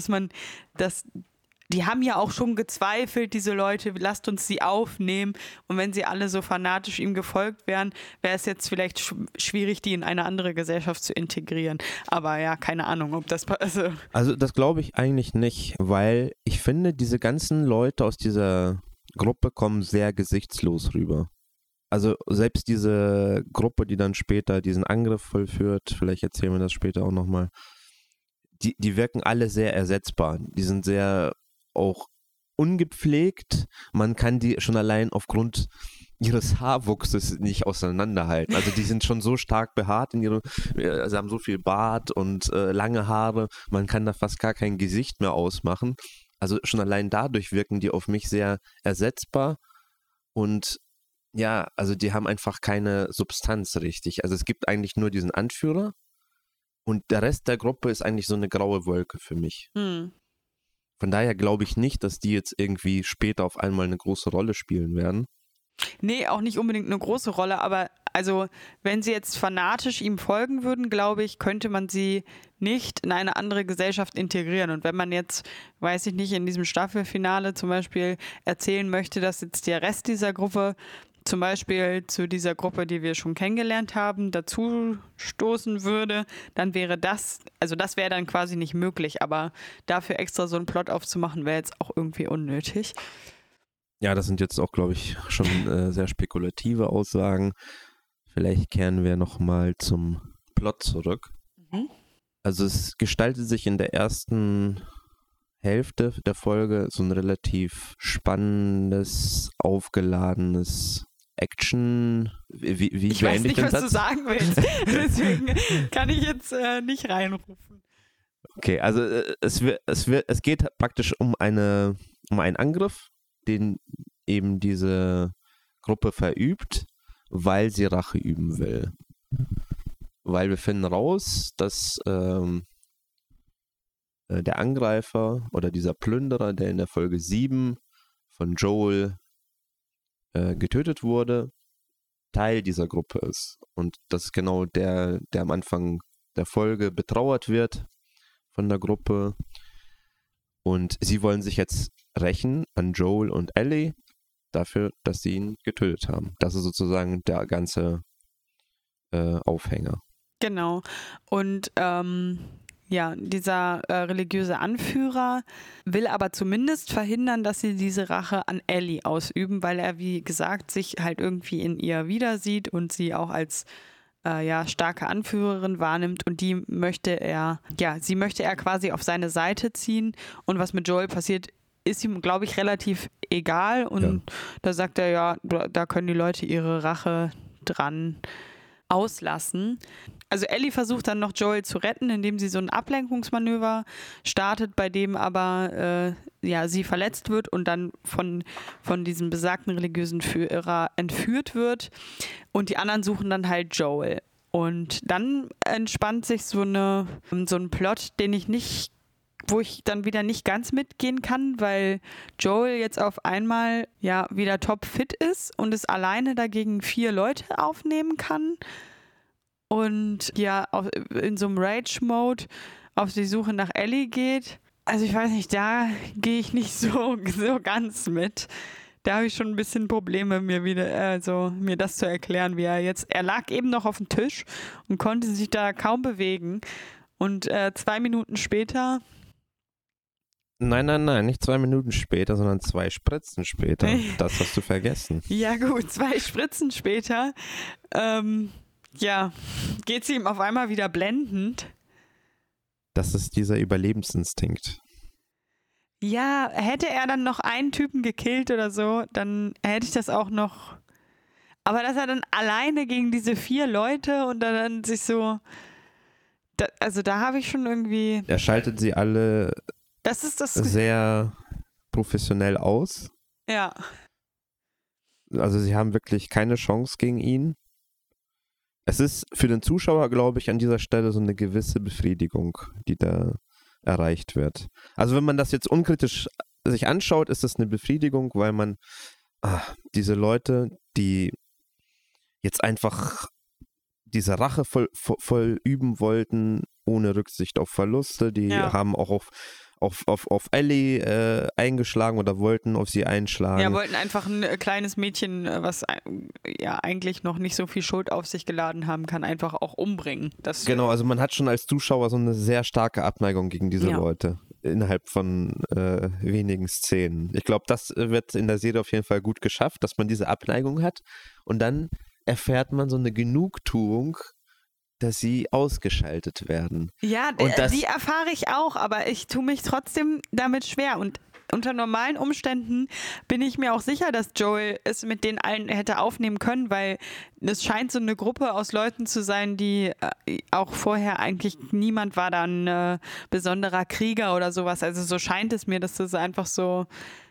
die haben ja auch schon gezweifelt, diese Leute, lasst uns sie aufnehmen. Und wenn sie alle so fanatisch ihm gefolgt wären, wäre es jetzt vielleicht schwierig, die in eine andere Gesellschaft zu integrieren. Aber ja, keine Ahnung, ob das... Also das glaube ich eigentlich nicht, weil ich finde, diese ganzen Leute aus dieser Gruppe kommen sehr gesichtslos rüber. Also selbst diese Gruppe, die dann später diesen Angriff vollführt, vielleicht erzählen wir das später auch nochmal, die wirken alle sehr ersetzbar. Die sind sehr auch ungepflegt. Man kann die schon allein aufgrund ihres Haarwuchses nicht auseinanderhalten. Also die sind schon so stark behaart, sie haben so viel Bart und lange Haare, man kann da fast gar kein Gesicht mehr ausmachen. Also schon allein dadurch wirken die auf mich sehr ersetzbar und ja, also die haben einfach keine Substanz richtig. Also es gibt eigentlich nur diesen Anführer und der Rest der Gruppe ist eigentlich so eine graue Wolke für mich. Von daher glaube ich nicht, dass die jetzt irgendwie später auf einmal eine große Rolle spielen werden. Nee, auch nicht unbedingt eine große Rolle, aber also wenn sie jetzt fanatisch ihm folgen würden, glaube ich, könnte man sie nicht in eine andere Gesellschaft integrieren. Und wenn man jetzt, weiß ich nicht, in diesem Staffelfinale zum Beispiel erzählen möchte, dass jetzt der Rest dieser Gruppe zum Beispiel zu dieser Gruppe, die wir schon kennengelernt haben, dazu stoßen würde, dann wäre das wäre dann quasi nicht möglich, aber dafür extra so einen Plot aufzumachen, wäre jetzt auch irgendwie unnötig. Ja, das sind jetzt auch, glaube ich, schon sehr spekulative Aussagen. Vielleicht kehren wir nochmal zum Plot zurück. Also es gestaltet sich in der ersten Hälfte der Folge so ein relativ spannendes, aufgeladenes Action. Ich weiß nicht, was du sagen willst. Deswegen kann ich jetzt nicht reinrufen. Okay, also es geht praktisch um einen Angriff, den eben diese Gruppe verübt, weil sie Rache üben will. Weil wir finden raus, dass der Angreifer oder dieser Plünderer, der in der Folge 7 von Joel getötet wurde, Teil dieser Gruppe ist. Und das ist genau der am Anfang der Folge betrauert wird von der Gruppe. Und sie wollen sich jetzt rächen an Joel und Ellie dafür, dass sie ihn getötet haben. Das ist sozusagen der ganze Aufhänger. Genau. Und dieser religiöse Anführer will aber zumindest verhindern, dass sie diese Rache an Ellie ausüben, weil er, wie gesagt, sich halt irgendwie in ihr wieder sieht und sie auch als starke Anführerin wahrnimmt und sie möchte er quasi auf seine Seite ziehen und was mit Joel passiert, ist ihm, glaube ich, relativ egal und da sagt er, ja, da können die Leute ihre Rache dran auslassen. Also Ellie versucht dann noch Joel zu retten, indem sie so ein Ablenkungsmanöver startet, bei dem aber sie verletzt wird und dann von diesem besagten religiösen Führer entführt wird und die anderen suchen dann halt Joel. Und dann entspannt sich so ein Plot, wo ich dann wieder nicht ganz mitgehen kann, weil Joel jetzt auf einmal wieder topfit ist und es alleine dagegen 4 Leute aufnehmen kann und in so einem Rage-Mode auf die Suche nach Ellie geht. Also ich weiß nicht, da gehe ich nicht so ganz mit. Da habe ich schon ein bisschen Probleme, mir das zu erklären, wie er lag eben noch auf dem Tisch und konnte sich da kaum bewegen und 2 Minuten später... Nein, nicht 2 Minuten später, sondern 2 Spritzen später. Das hast du vergessen. Ja gut, 2 Spritzen später, geht es ihm auf einmal wieder blendend. Das ist dieser Überlebensinstinkt. Ja, hätte er dann noch einen Typen gekillt oder so, dann hätte ich das auch noch. Aber dass er dann alleine gegen diese 4 Leute und dann sich so. Also da habe ich schon irgendwie. Er schaltet sie alle Das ist das. sehr professionell aus. Ja. Also sie haben wirklich keine Chance gegen ihn. Es ist für den Zuschauer, glaube ich, an dieser Stelle so eine gewisse Befriedigung, die da erreicht wird. Also wenn man das jetzt unkritisch sich anschaut, ist das eine Befriedigung, weil man diese Leute, die jetzt einfach diese Rache voll üben wollten, ohne Rücksicht auf Verluste, die haben auch auf Ellie eingeschlagen oder wollten auf sie einschlagen. Ja, wollten einfach ein kleines Mädchen, was ja eigentlich noch nicht so viel Schuld auf sich geladen haben kann, einfach auch umbringen. Genau, also man hat schon als Zuschauer so eine sehr starke Abneigung gegen diese Leute innerhalb von wenigen Szenen. Ich glaube, das wird in der Serie auf jeden Fall gut geschafft, dass man diese Abneigung hat und dann erfährt man so eine Genugtuung, dass sie ausgeschaltet werden. Ja, die erfahre ich auch, aber ich tue mich trotzdem damit schwer und unter normalen Umständen bin ich mir auch sicher, dass Joel es mit den allen hätte aufnehmen können, weil es scheint so eine Gruppe aus Leuten zu sein, die auch vorher eigentlich niemand war da ein besonderer Krieger oder sowas. Also so scheint es mir, dass das einfach so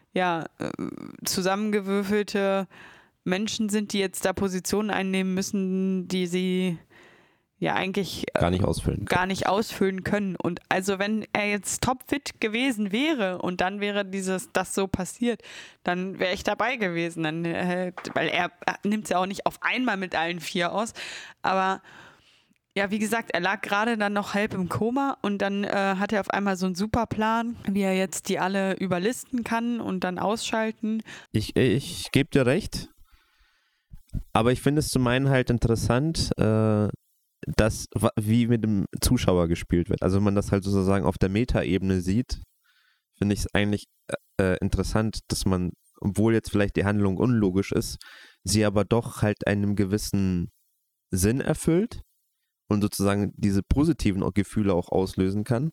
zusammengewürfelte Menschen sind, die jetzt da Positionen einnehmen müssen, die sie ja eigentlich gar nicht ausfüllen können. Und also wenn er jetzt topfit gewesen wäre und dann wäre das so passiert, dann wäre ich dabei gewesen. Dann, weil er nimmt es ja auch nicht auf einmal mit allen 4 aus. Aber ja, wie gesagt, er lag gerade dann noch halb im Koma und dann hat er auf einmal so einen super Plan, wie er jetzt die alle überlisten kann und dann ausschalten. Ich gebe dir recht. Aber ich finde es zum einen halt interessant, dass, wie mit dem Zuschauer gespielt wird. Also wenn man das halt sozusagen auf der Metaebene sieht, finde ich es eigentlich interessant, dass man, obwohl jetzt vielleicht die Handlung unlogisch ist, sie aber doch halt einem gewissen Sinn erfüllt und sozusagen diese positiven Gefühle auch auslösen kann.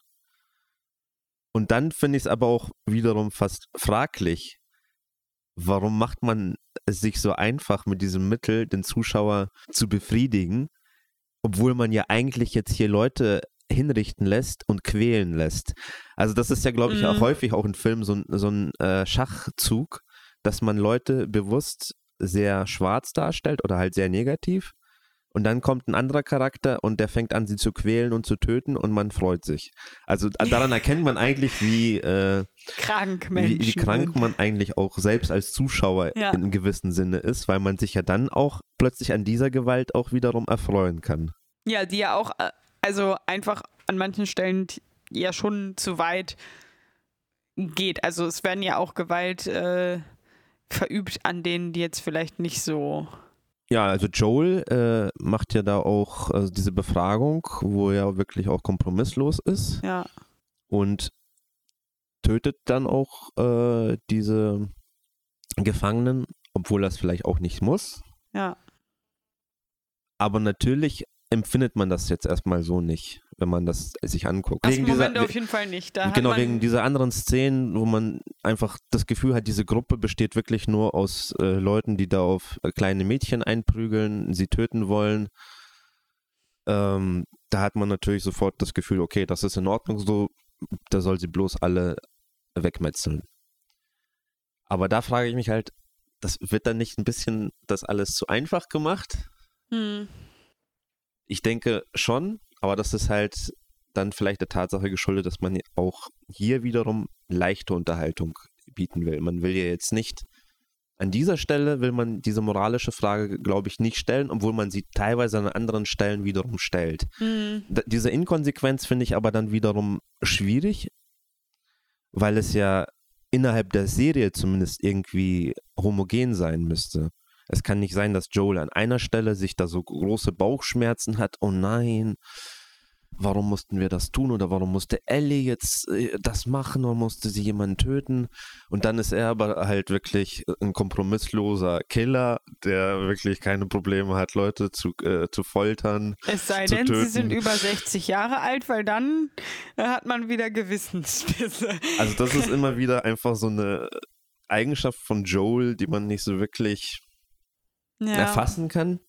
Und dann finde ich es aber auch wiederum fast fraglich, warum macht man es sich so einfach mit diesem Mittel, den Zuschauer zu befriedigen, obwohl man ja eigentlich jetzt hier Leute hinrichten lässt und quälen lässt. Also das ist ja, glaube ich, auch häufig auch in Filmen so ein Schachzug, dass man Leute bewusst sehr schwarz darstellt oder halt sehr negativ und dann kommt ein anderer Charakter und der fängt an, sie zu quälen und zu töten und man freut sich. Also daran erkennt man eigentlich, wie krank man eigentlich auch selbst als Zuschauer in einem gewissen Sinne ist, weil man sich ja dann auch plötzlich an dieser Gewalt auch wiederum erfreuen kann. Ja, die ja auch, also einfach an manchen Stellen ja schon zu weit geht. Also es werden ja auch Gewalt verübt an denen, die jetzt vielleicht nicht so... Ja, also Joel macht ja da auch diese Befragung, wo er wirklich auch kompromisslos ist. Ja. Und tötet dann auch diese Gefangenen, obwohl er es vielleicht auch nicht muss. Ja. Aber natürlich empfindet man das jetzt erstmal so nicht, wenn man das sich anguckt. Das Moment auf jeden Fall nicht. Wegen dieser anderen Szenen, wo man einfach das Gefühl hat, diese Gruppe besteht wirklich nur aus Leuten, die da auf kleine Mädchen einprügeln, sie töten wollen. Da hat man natürlich sofort das Gefühl, okay, das ist in Ordnung so, da soll sie bloß alle wegmetzeln. Aber da frage ich mich halt, das wird dann nicht ein bisschen das alles zu einfach gemacht? Ich denke schon, aber das ist halt dann vielleicht der Tatsache geschuldet, dass man auch hier wiederum leichte Unterhaltung bieten will. Man will ja jetzt nicht, an dieser Stelle will man diese moralische Frage, glaube ich, nicht stellen, obwohl man sie teilweise an anderen Stellen wiederum stellt. Diese Inkonsequenz finde ich aber dann wiederum schwierig, weil es ja innerhalb der Serie zumindest irgendwie homogen sein müsste. Es kann nicht sein, dass Joel an einer Stelle sich da so große Bauchschmerzen hat. Oh nein, warum mussten wir das tun oder warum musste Ellie jetzt das machen oder musste sie jemanden töten? Und dann ist er aber halt wirklich ein kompromissloser Killer, der wirklich keine Probleme hat, Leute zu foltern. Es sei zu denn, töten. sie sind über 60 Jahre alt, weil dann hat man wieder Gewissensbisse. Also das ist immer wieder einfach so eine Eigenschaft von Joel, die man nicht so wirklich erfassen kann.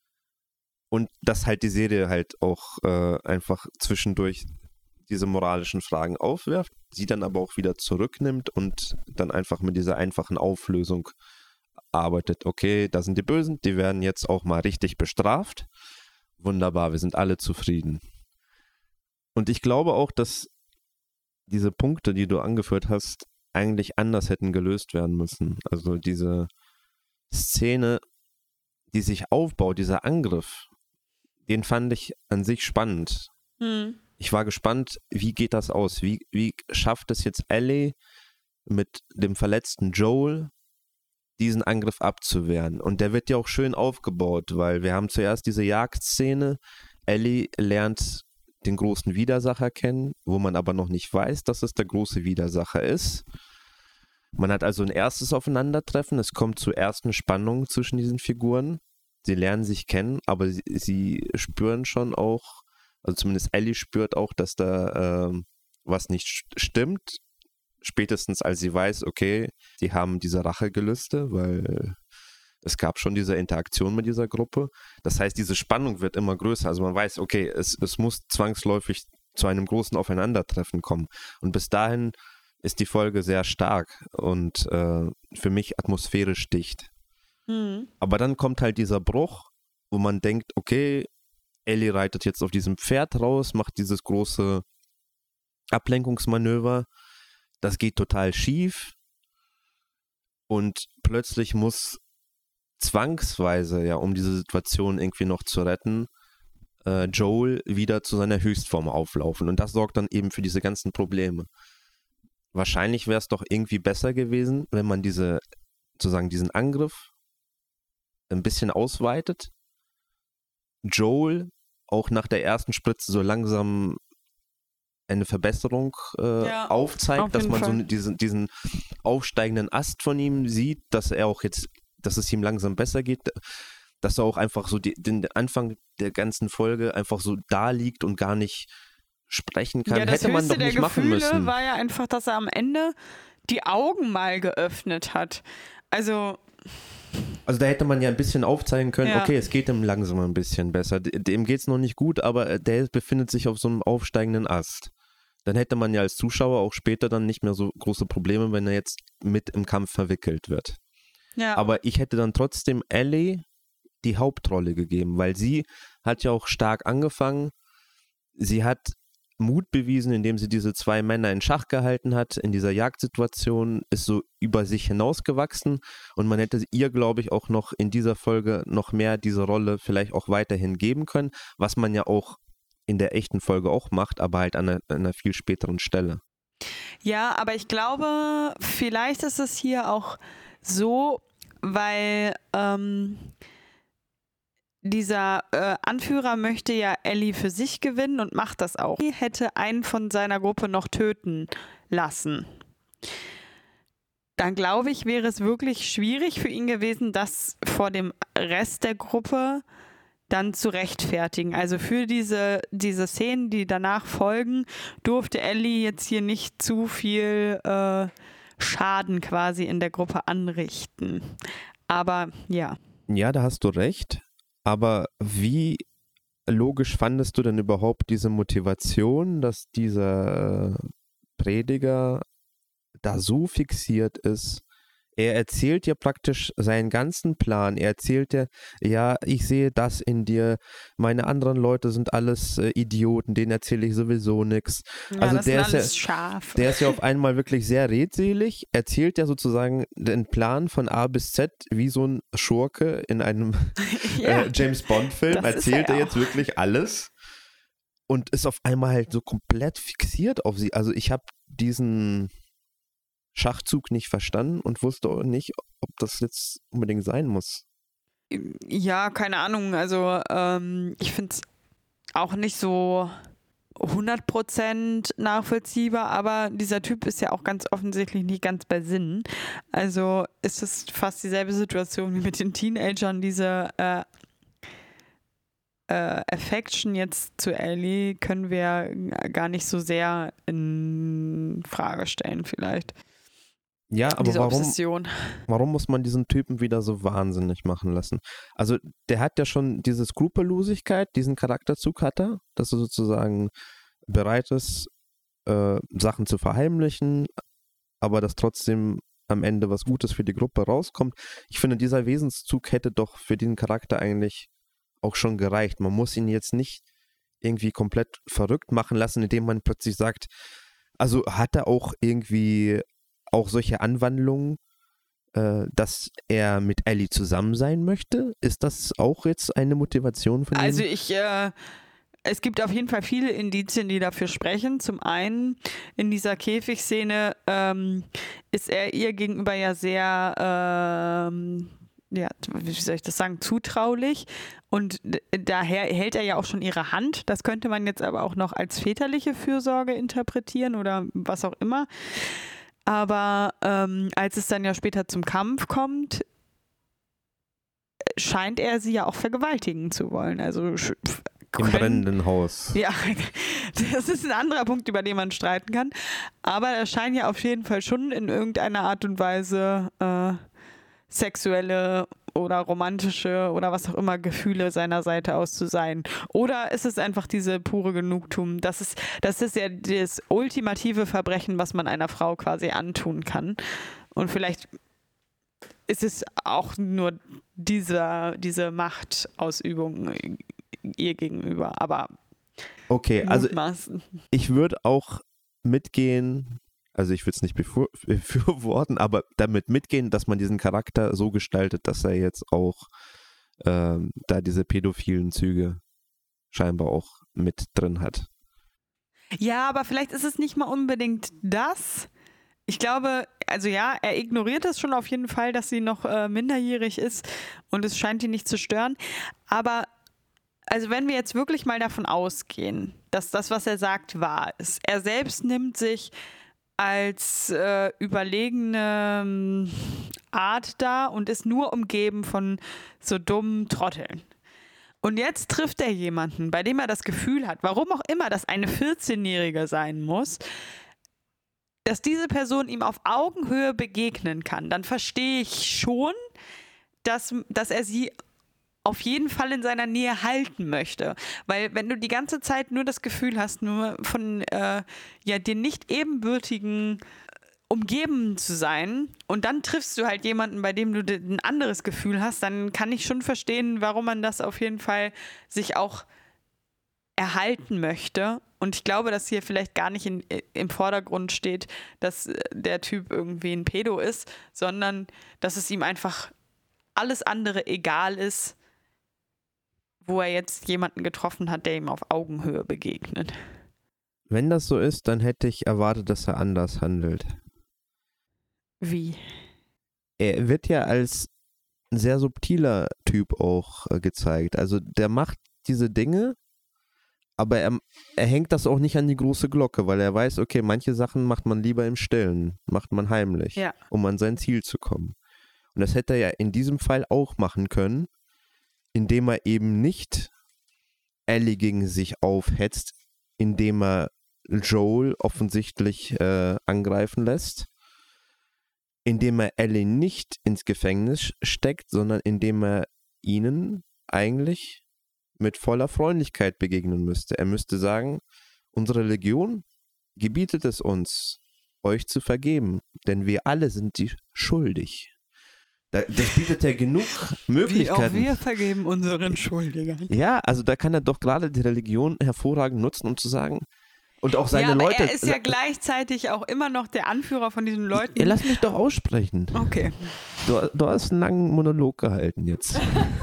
Und dass halt die Serie halt auch einfach zwischendurch diese moralischen Fragen aufwirft, sie dann aber auch wieder zurücknimmt und dann einfach mit dieser einfachen Auflösung arbeitet. Okay, da sind die Bösen, die werden jetzt auch mal richtig bestraft. Wunderbar, wir sind alle zufrieden. Und ich glaube auch, dass diese Punkte, die du angeführt hast, eigentlich anders hätten gelöst werden müssen. Also diese Szene, die sich aufbaut, dieser Angriff, den fand ich an sich spannend. Ich war gespannt, wie geht das aus? Wie schafft es jetzt Ellie mit dem verletzten Joel, diesen Angriff abzuwehren? Und der wird ja auch schön aufgebaut, weil wir haben zuerst diese Jagdszene. Ellie lernt den großen Widersacher kennen, wo man aber noch nicht weiß, dass es der große Widersacher ist. Man hat also ein erstes Aufeinandertreffen. Es kommt zu ersten Spannungen zwischen diesen Figuren. Sie lernen sich kennen, aber sie spüren schon auch, also zumindest Ellie spürt auch, dass da was nicht stimmt. Spätestens als sie weiß, okay, sie haben diese Rachegelüste, weil es gab schon diese Interaktion mit dieser Gruppe. Das heißt, diese Spannung wird immer größer. Also man weiß, okay, es muss zwangsläufig zu einem großen Aufeinandertreffen kommen. Und bis dahin ist die Folge sehr stark und für mich atmosphärisch dicht. Aber dann kommt halt dieser Bruch, wo man denkt, okay, Ellie reitet jetzt auf diesem Pferd raus, macht dieses große Ablenkungsmanöver. Das geht total schief und plötzlich muss zwangsweise, ja, um diese Situation irgendwie noch zu retten, Joel wieder zu seiner Höchstform auflaufen. Und das sorgt dann eben für diese ganzen Probleme. Wahrscheinlich wäre es doch irgendwie besser gewesen, wenn man diesen Angriff ein bisschen ausweitet. Joel auch nach der ersten Spritze so langsam eine Verbesserung aufzeigt, dass man so diesen aufsteigenden Ast von ihm sieht, dass er auch jetzt, dass es ihm langsam besser geht, dass er auch einfach so den Anfang der ganzen Folge einfach so da liegt und gar nicht sprechen kann. Ja, das hätte man doch nicht machen müssen. War ja einfach, dass er am Ende die Augen mal geöffnet hat. Also da hätte man ja ein bisschen aufzeigen können, okay, es geht ihm langsam ein bisschen besser. Dem geht es noch nicht gut, aber der befindet sich auf so einem aufsteigenden Ast. Dann hätte man ja als Zuschauer auch später dann nicht mehr so große Probleme, wenn er jetzt mit im Kampf verwickelt wird. Ja. Aber ich hätte dann trotzdem Ellie die Hauptrolle gegeben, weil sie hat ja auch stark angefangen. Sie hat Mut bewiesen, indem sie diese zwei Männer in Schach gehalten hat, in dieser Jagdsituation, ist so über sich hinausgewachsen und man hätte ihr, glaube ich, auch noch in dieser Folge noch mehr diese Rolle vielleicht auch weiterhin geben können, was man ja auch in der echten Folge auch macht, aber halt an einer viel späteren Stelle. Ja, aber ich glaube, vielleicht ist es hier auch so, weil dieser Anführer möchte ja Ellie für sich gewinnen und macht das auch. Er hätte einen von seiner Gruppe noch töten lassen. Dann glaube ich, wäre es wirklich schwierig für ihn gewesen, das vor dem Rest der Gruppe dann zu rechtfertigen. Also für diese Szenen, die danach folgen, durfte Ellie jetzt hier nicht zu viel Schaden quasi in der Gruppe anrichten. Aber ja. Ja, da hast du recht. Aber wie logisch fandest du denn überhaupt diese Motivation, dass dieser Prediger da so fixiert ist? Er erzählt ja praktisch seinen ganzen Plan. Er erzählt ja, ich sehe das in dir, meine anderen Leute sind alles Idioten, denen erzähle ich sowieso nichts. Ja, also das sind alles Schafe. Der ist ja auf einmal wirklich sehr redselig, erzählt ja sozusagen den Plan von A bis Z wie so ein Schurke in einem James-Bond-Film, erzählt er jetzt wirklich alles und ist auf einmal halt so komplett fixiert auf sie. Also ich habe diesen Schachzug nicht verstanden und wusste auch nicht, ob das jetzt unbedingt sein muss. Ja, keine Ahnung. Also ich finde es auch nicht so 100% nachvollziehbar, aber dieser Typ ist ja auch ganz offensichtlich nicht ganz bei Sinnen. Also ist es fast dieselbe Situation wie mit den Teenagern, diese Affection jetzt zu Ellie können wir gar nicht so sehr in Frage stellen vielleicht. Ja, aber Diese Obsession. warum muss man diesen Typen wieder so wahnsinnig machen lassen? Also der hat ja schon diese Skrupellosigkeit, diesen Charakterzug hat er, dass er sozusagen bereit ist, Sachen zu verheimlichen, aber dass trotzdem am Ende was Gutes für die Gruppe rauskommt. Ich finde, dieser Wesenszug hätte doch für diesen Charakter eigentlich auch schon gereicht. Man muss ihn jetzt nicht irgendwie komplett verrückt machen lassen, indem man plötzlich sagt, also hat er auch irgendwie auch solche Anwandlungen, dass er mit Ellie zusammen sein möchte? Ist das auch jetzt eine Motivation von ihm? Also es gibt auf jeden Fall viele Indizien, die dafür sprechen. Zum einen in dieser Käfigszene ist er ihr gegenüber ja sehr, ja, wie soll ich das sagen, zutraulich. Und daher hält er ja auch schon ihre Hand. Das könnte man jetzt aber auch noch als väterliche Fürsorge interpretieren oder was auch immer. Aber als es dann ja später zum Kampf kommt, scheint er sie ja auch vergewaltigen zu wollen. Also im brennenden Haus. Ja, das ist ein anderer Punkt, über den man streiten kann. Aber er scheint ja auf jeden Fall schon in irgendeiner Art und Weise sexuelle oder romantische oder was auch immer Gefühle seiner Seite aus zu sein. Oder ist es einfach diese pure Genugtuung? Das ist ja das ultimative Verbrechen, was man einer Frau quasi antun kann. Und vielleicht ist es auch nur diese Machtausübung ihr gegenüber. Aber okay, also ich würde auch mitgehen, also ich würde es nicht befürworten, aber damit mitgehen, dass man diesen Charakter so gestaltet, dass er jetzt auch da diese pädophilen Züge scheinbar auch mit drin hat. Ja, aber vielleicht ist es nicht mal unbedingt das. Ich glaube, also ja, er ignoriert es schon auf jeden Fall, dass sie noch minderjährig ist und es scheint ihn nicht zu stören. Aber also wenn wir jetzt wirklich mal davon ausgehen, dass das, was er sagt, wahr ist, er selbst nimmt sich als überlegene Art da und ist nur umgeben von so dummen Trotteln. Und jetzt trifft er jemanden, bei dem er das Gefühl hat, warum auch immer das eine 14-Jährige sein muss, dass diese Person ihm auf Augenhöhe begegnen kann. Dann verstehe ich schon, dass er sie auf jeden Fall in seiner Nähe halten möchte. Weil wenn du die ganze Zeit nur das Gefühl hast, nur von den nicht ebenbürtigen umgeben zu sein und dann triffst du halt jemanden, bei dem du ein anderes Gefühl hast, dann kann ich schon verstehen, warum man das auf jeden Fall sich auch erhalten möchte. Und ich glaube, dass hier vielleicht gar nicht im Vordergrund steht, dass der Typ irgendwie ein Pädo ist, sondern dass es ihm einfach alles andere egal ist, wo er jetzt jemanden getroffen hat, der ihm auf Augenhöhe begegnet. Wenn das so ist, dann hätte ich erwartet, dass er anders handelt. Wie? Er wird ja als ein sehr subtiler Typ auch gezeigt. Also der macht diese Dinge, aber er hängt das auch nicht an die große Glocke, weil er weiß, okay, manche Sachen macht man lieber im Stillen, macht man heimlich, ja, um an sein Ziel zu kommen. Und das hätte er ja in diesem Fall auch machen können, indem er eben nicht Ellie gegen sich aufhetzt, indem er Joel offensichtlich angreifen lässt, indem er Ellie nicht ins Gefängnis steckt, sondern indem er ihnen eigentlich mit voller Freundlichkeit begegnen müsste. Er müsste sagen, unsere Religion gebietet es uns, euch zu vergeben, denn wir alle sind die schuldig. Das bietet ja genug Möglichkeiten. Wie auch wir vergeben unseren Schuldigern. Ja, also da kann er doch gerade die Religion hervorragend nutzen, um zu sagen, und auch seine Leute. Er ist ja gleichzeitig auch immer noch der Anführer von diesen Leuten. Ja, lass mich doch aussprechen. Okay. Du hast einen langen Monolog gehalten jetzt.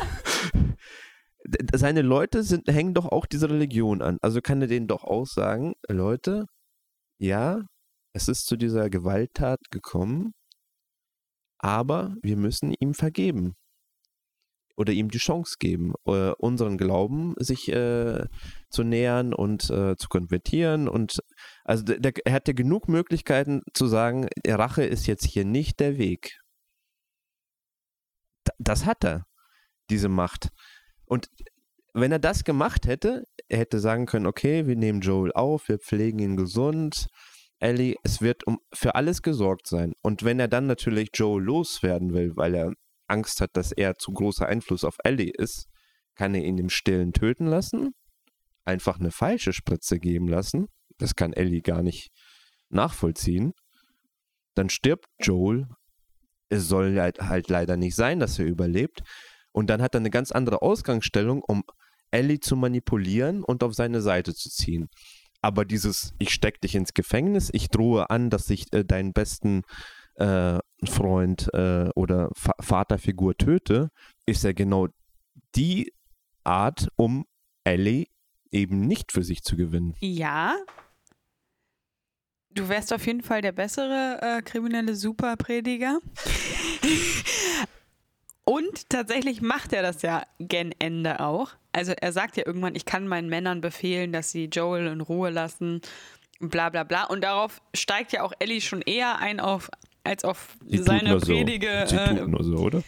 Seine Leute hängen doch auch diese Religion an. Also kann er denen doch auch sagen, Leute, ja, es ist zu dieser Gewalttat gekommen, aber wir müssen ihm vergeben. oder ihm die Chance geben, unseren Glauben sich zu nähern und zu konvertieren. Und also er hatte genug Möglichkeiten zu sagen, Rache ist jetzt hier nicht der Weg. Das hat er, diese Macht. Und wenn er das gemacht hätte, er hätte sagen können, okay, wir nehmen Joel auf, wir pflegen ihn gesund, Ellie, es wird für alles gesorgt sein. Und wenn er dann natürlich Joel loswerden will, weil er Angst hat, dass er zu großer Einfluss auf Ellie ist, kann er ihn im Stillen töten lassen, einfach eine falsche Spritze geben lassen, das kann Ellie gar nicht nachvollziehen, dann stirbt Joel, es soll halt leider nicht sein, dass er überlebt, und dann hat er eine ganz andere Ausgangsstellung, um Ellie zu manipulieren und auf seine Seite zu ziehen. Aber dieses, ich steck dich ins Gefängnis, ich drohe an, dass ich deinen besten Freund oder Vaterfigur töte, ist ja genau die Art, um Ellie eben nicht für sich zu gewinnen. Ja. Du wärst auf jeden Fall der bessere kriminelle Superprediger. Und tatsächlich macht er das ja gen Ende auch. Also er sagt ja irgendwann, ich kann meinen Männern befehlen, dass sie Joel in Ruhe lassen, bla bla bla. Und darauf steigt ja auch Ellie schon eher ein als auf seine Predige. Sie tut nur so, oder?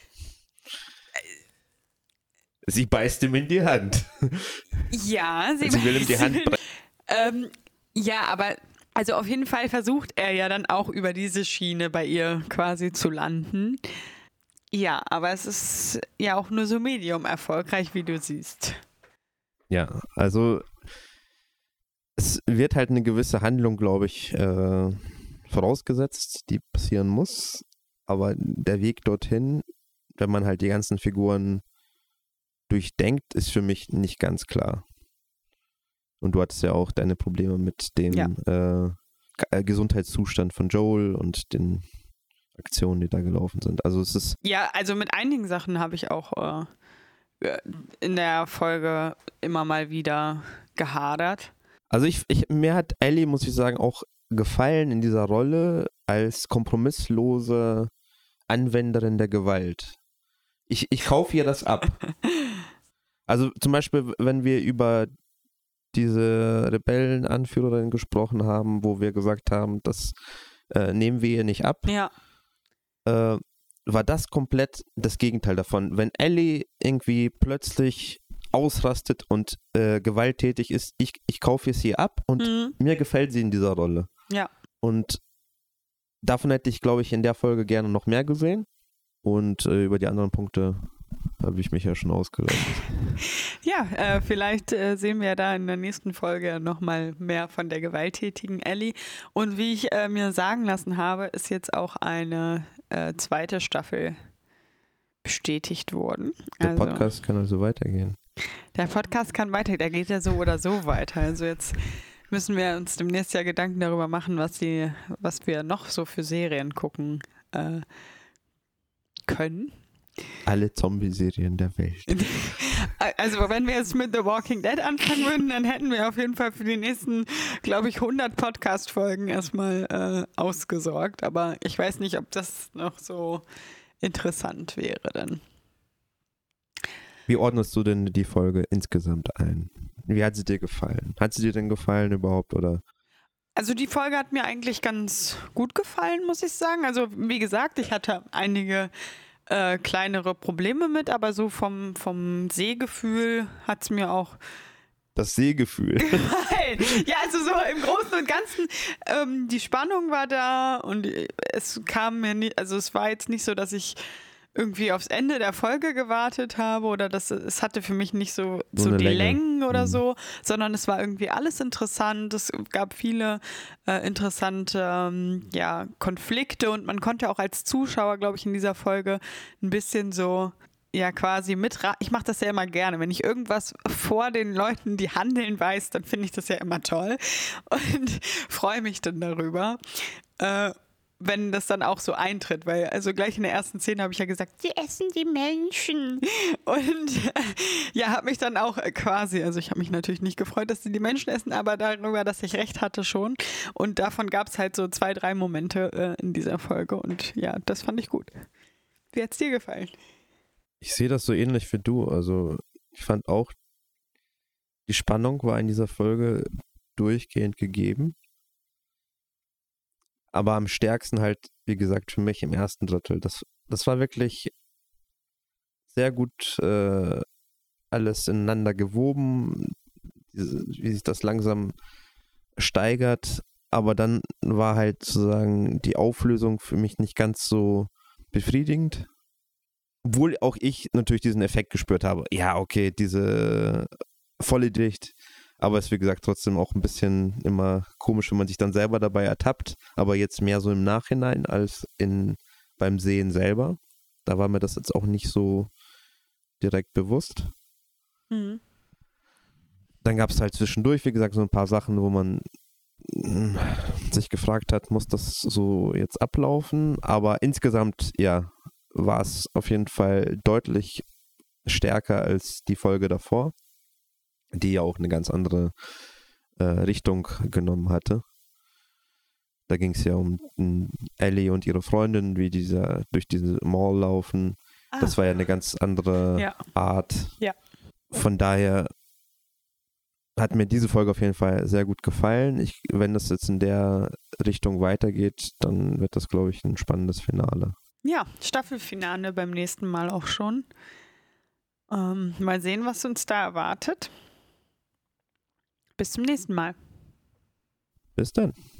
Sie beißt ihm in die Hand. Ja, sie will ihm die Hand brechen. Ja, aber also auf jeden Fall versucht er ja dann auch über diese Schiene bei ihr quasi zu landen. Ja, aber es ist ja auch nur so medium erfolgreich, wie du siehst. Ja, also es wird halt eine gewisse Handlung, glaube ich, vorausgesetzt, die passieren muss. Aber der Weg dorthin, wenn man halt die ganzen Figuren durchdenkt, ist für mich nicht ganz klar. Und du hattest ja auch deine Probleme mit dem Gesundheitszustand von Joel und den Aktionen, die da gelaufen sind. Also es ist... Ja, also mit einigen Sachen habe ich auch in der Folge immer mal wieder gehadert. Also mir hat Ellie, muss ich sagen, auch gefallen in dieser Rolle als kompromisslose Anwenderin der Gewalt. Ich kaufe ihr das ab. Also zum Beispiel, wenn wir über diese Rebellenanführerin gesprochen haben, wo wir gesagt haben, das nehmen wir ihr nicht ab. Ja. War das komplett das Gegenteil davon. Wenn Ellie irgendwie plötzlich ausrastet und gewalttätig ist, ich kaufe sie ab und mir gefällt sie in dieser Rolle. Ja. Und davon hätte ich, glaube ich, in der Folge gerne noch mehr gesehen. Und über die anderen Punkte habe ich mich ja schon ausgelassen. Ja, vielleicht sehen wir da in der nächsten Folge nochmal mehr von der gewalttätigen Ellie. Und wie ich mir sagen lassen habe, ist jetzt auch eine zweite Staffel bestätigt worden. Der Podcast kann also weitergehen. Der Podcast kann weiter, der geht ja so oder so weiter. Also jetzt müssen wir uns demnächst ja Gedanken darüber machen, was wir noch so für Serien gucken können. Alle Zombie-Serien der Welt. Also wenn wir jetzt mit The Walking Dead anfangen würden, dann hätten wir auf jeden Fall für die nächsten, glaube ich, 100 Podcast-Folgen erstmal ausgesorgt. Aber ich weiß nicht, ob das noch so interessant wäre dann. Wie ordnest du denn die Folge insgesamt ein? Wie hat sie dir gefallen? Hat sie dir denn gefallen überhaupt, oder? Also die Folge hat mir eigentlich ganz gut gefallen, muss ich sagen. Also wie gesagt, ich hatte einige kleinere Probleme mit, aber so vom Sehgefühl hat es mir auch... Das Sehgefühl? Nein, ja, also so im Großen und Ganzen, die Spannung war da und es kam mir nicht, also es war jetzt nicht so, dass ich irgendwie aufs Ende der Folge gewartet habe oder es hatte für mich nicht so die Längen oder so, sondern es war irgendwie alles interessant. Es gab viele interessante Konflikte und man konnte auch als Zuschauer, glaube ich, in dieser Folge ein bisschen so quasi ich mache das ja immer gerne. Wenn ich irgendwas vor den Leuten, die handeln, weiß, dann finde ich das ja immer toll und freue mich dann darüber. Wenn das dann auch so eintritt, weil also gleich in der ersten Szene habe ich ja gesagt, sie essen die Menschen und habe mich dann auch quasi, also ich habe mich natürlich nicht gefreut, dass sie die Menschen essen, aber darüber, dass ich recht hatte schon und davon gab es halt so 2, 3 Momente in dieser Folge und ja, das fand ich gut. Wie hat es dir gefallen? Ich sehe das so ähnlich wie du. Also ich fand auch, die Spannung war in dieser Folge durchgehend gegeben. Aber am stärksten halt, wie gesagt, für mich im ersten Drittel. Das war wirklich sehr gut alles ineinander gewoben, wie sich das langsam steigert. Aber dann war halt sozusagen die Auflösung für mich nicht ganz so befriedigend. Obwohl auch ich natürlich diesen Effekt gespürt habe. Ja, okay, diese Vollidicht, aber es ist wie gesagt trotzdem auch ein bisschen immer komisch, wenn man sich dann selber dabei ertappt, aber jetzt mehr so im Nachhinein als beim Sehen selber. Da war mir das jetzt auch nicht so direkt bewusst. Mhm. Dann gab es halt zwischendurch, wie gesagt, so ein paar Sachen, wo man sich gefragt hat, muss das so jetzt ablaufen? Aber insgesamt, ja, war es auf jeden Fall deutlich stärker als die Folge davor, die ja auch eine ganz andere Richtung genommen hatte. Da ging es ja um Ellie und ihre Freundin, wie durch diese Mall laufen. Das war ja eine ganz andere Art. Ja. Von daher hat mir diese Folge auf jeden Fall sehr gut gefallen. Wenn das jetzt in der Richtung weitergeht, dann wird das, glaube ich, ein spannendes Finale. Ja, Staffelfinale beim nächsten Mal auch schon. Mal sehen, was uns da erwartet. Bis zum nächsten Mal. Bis dann.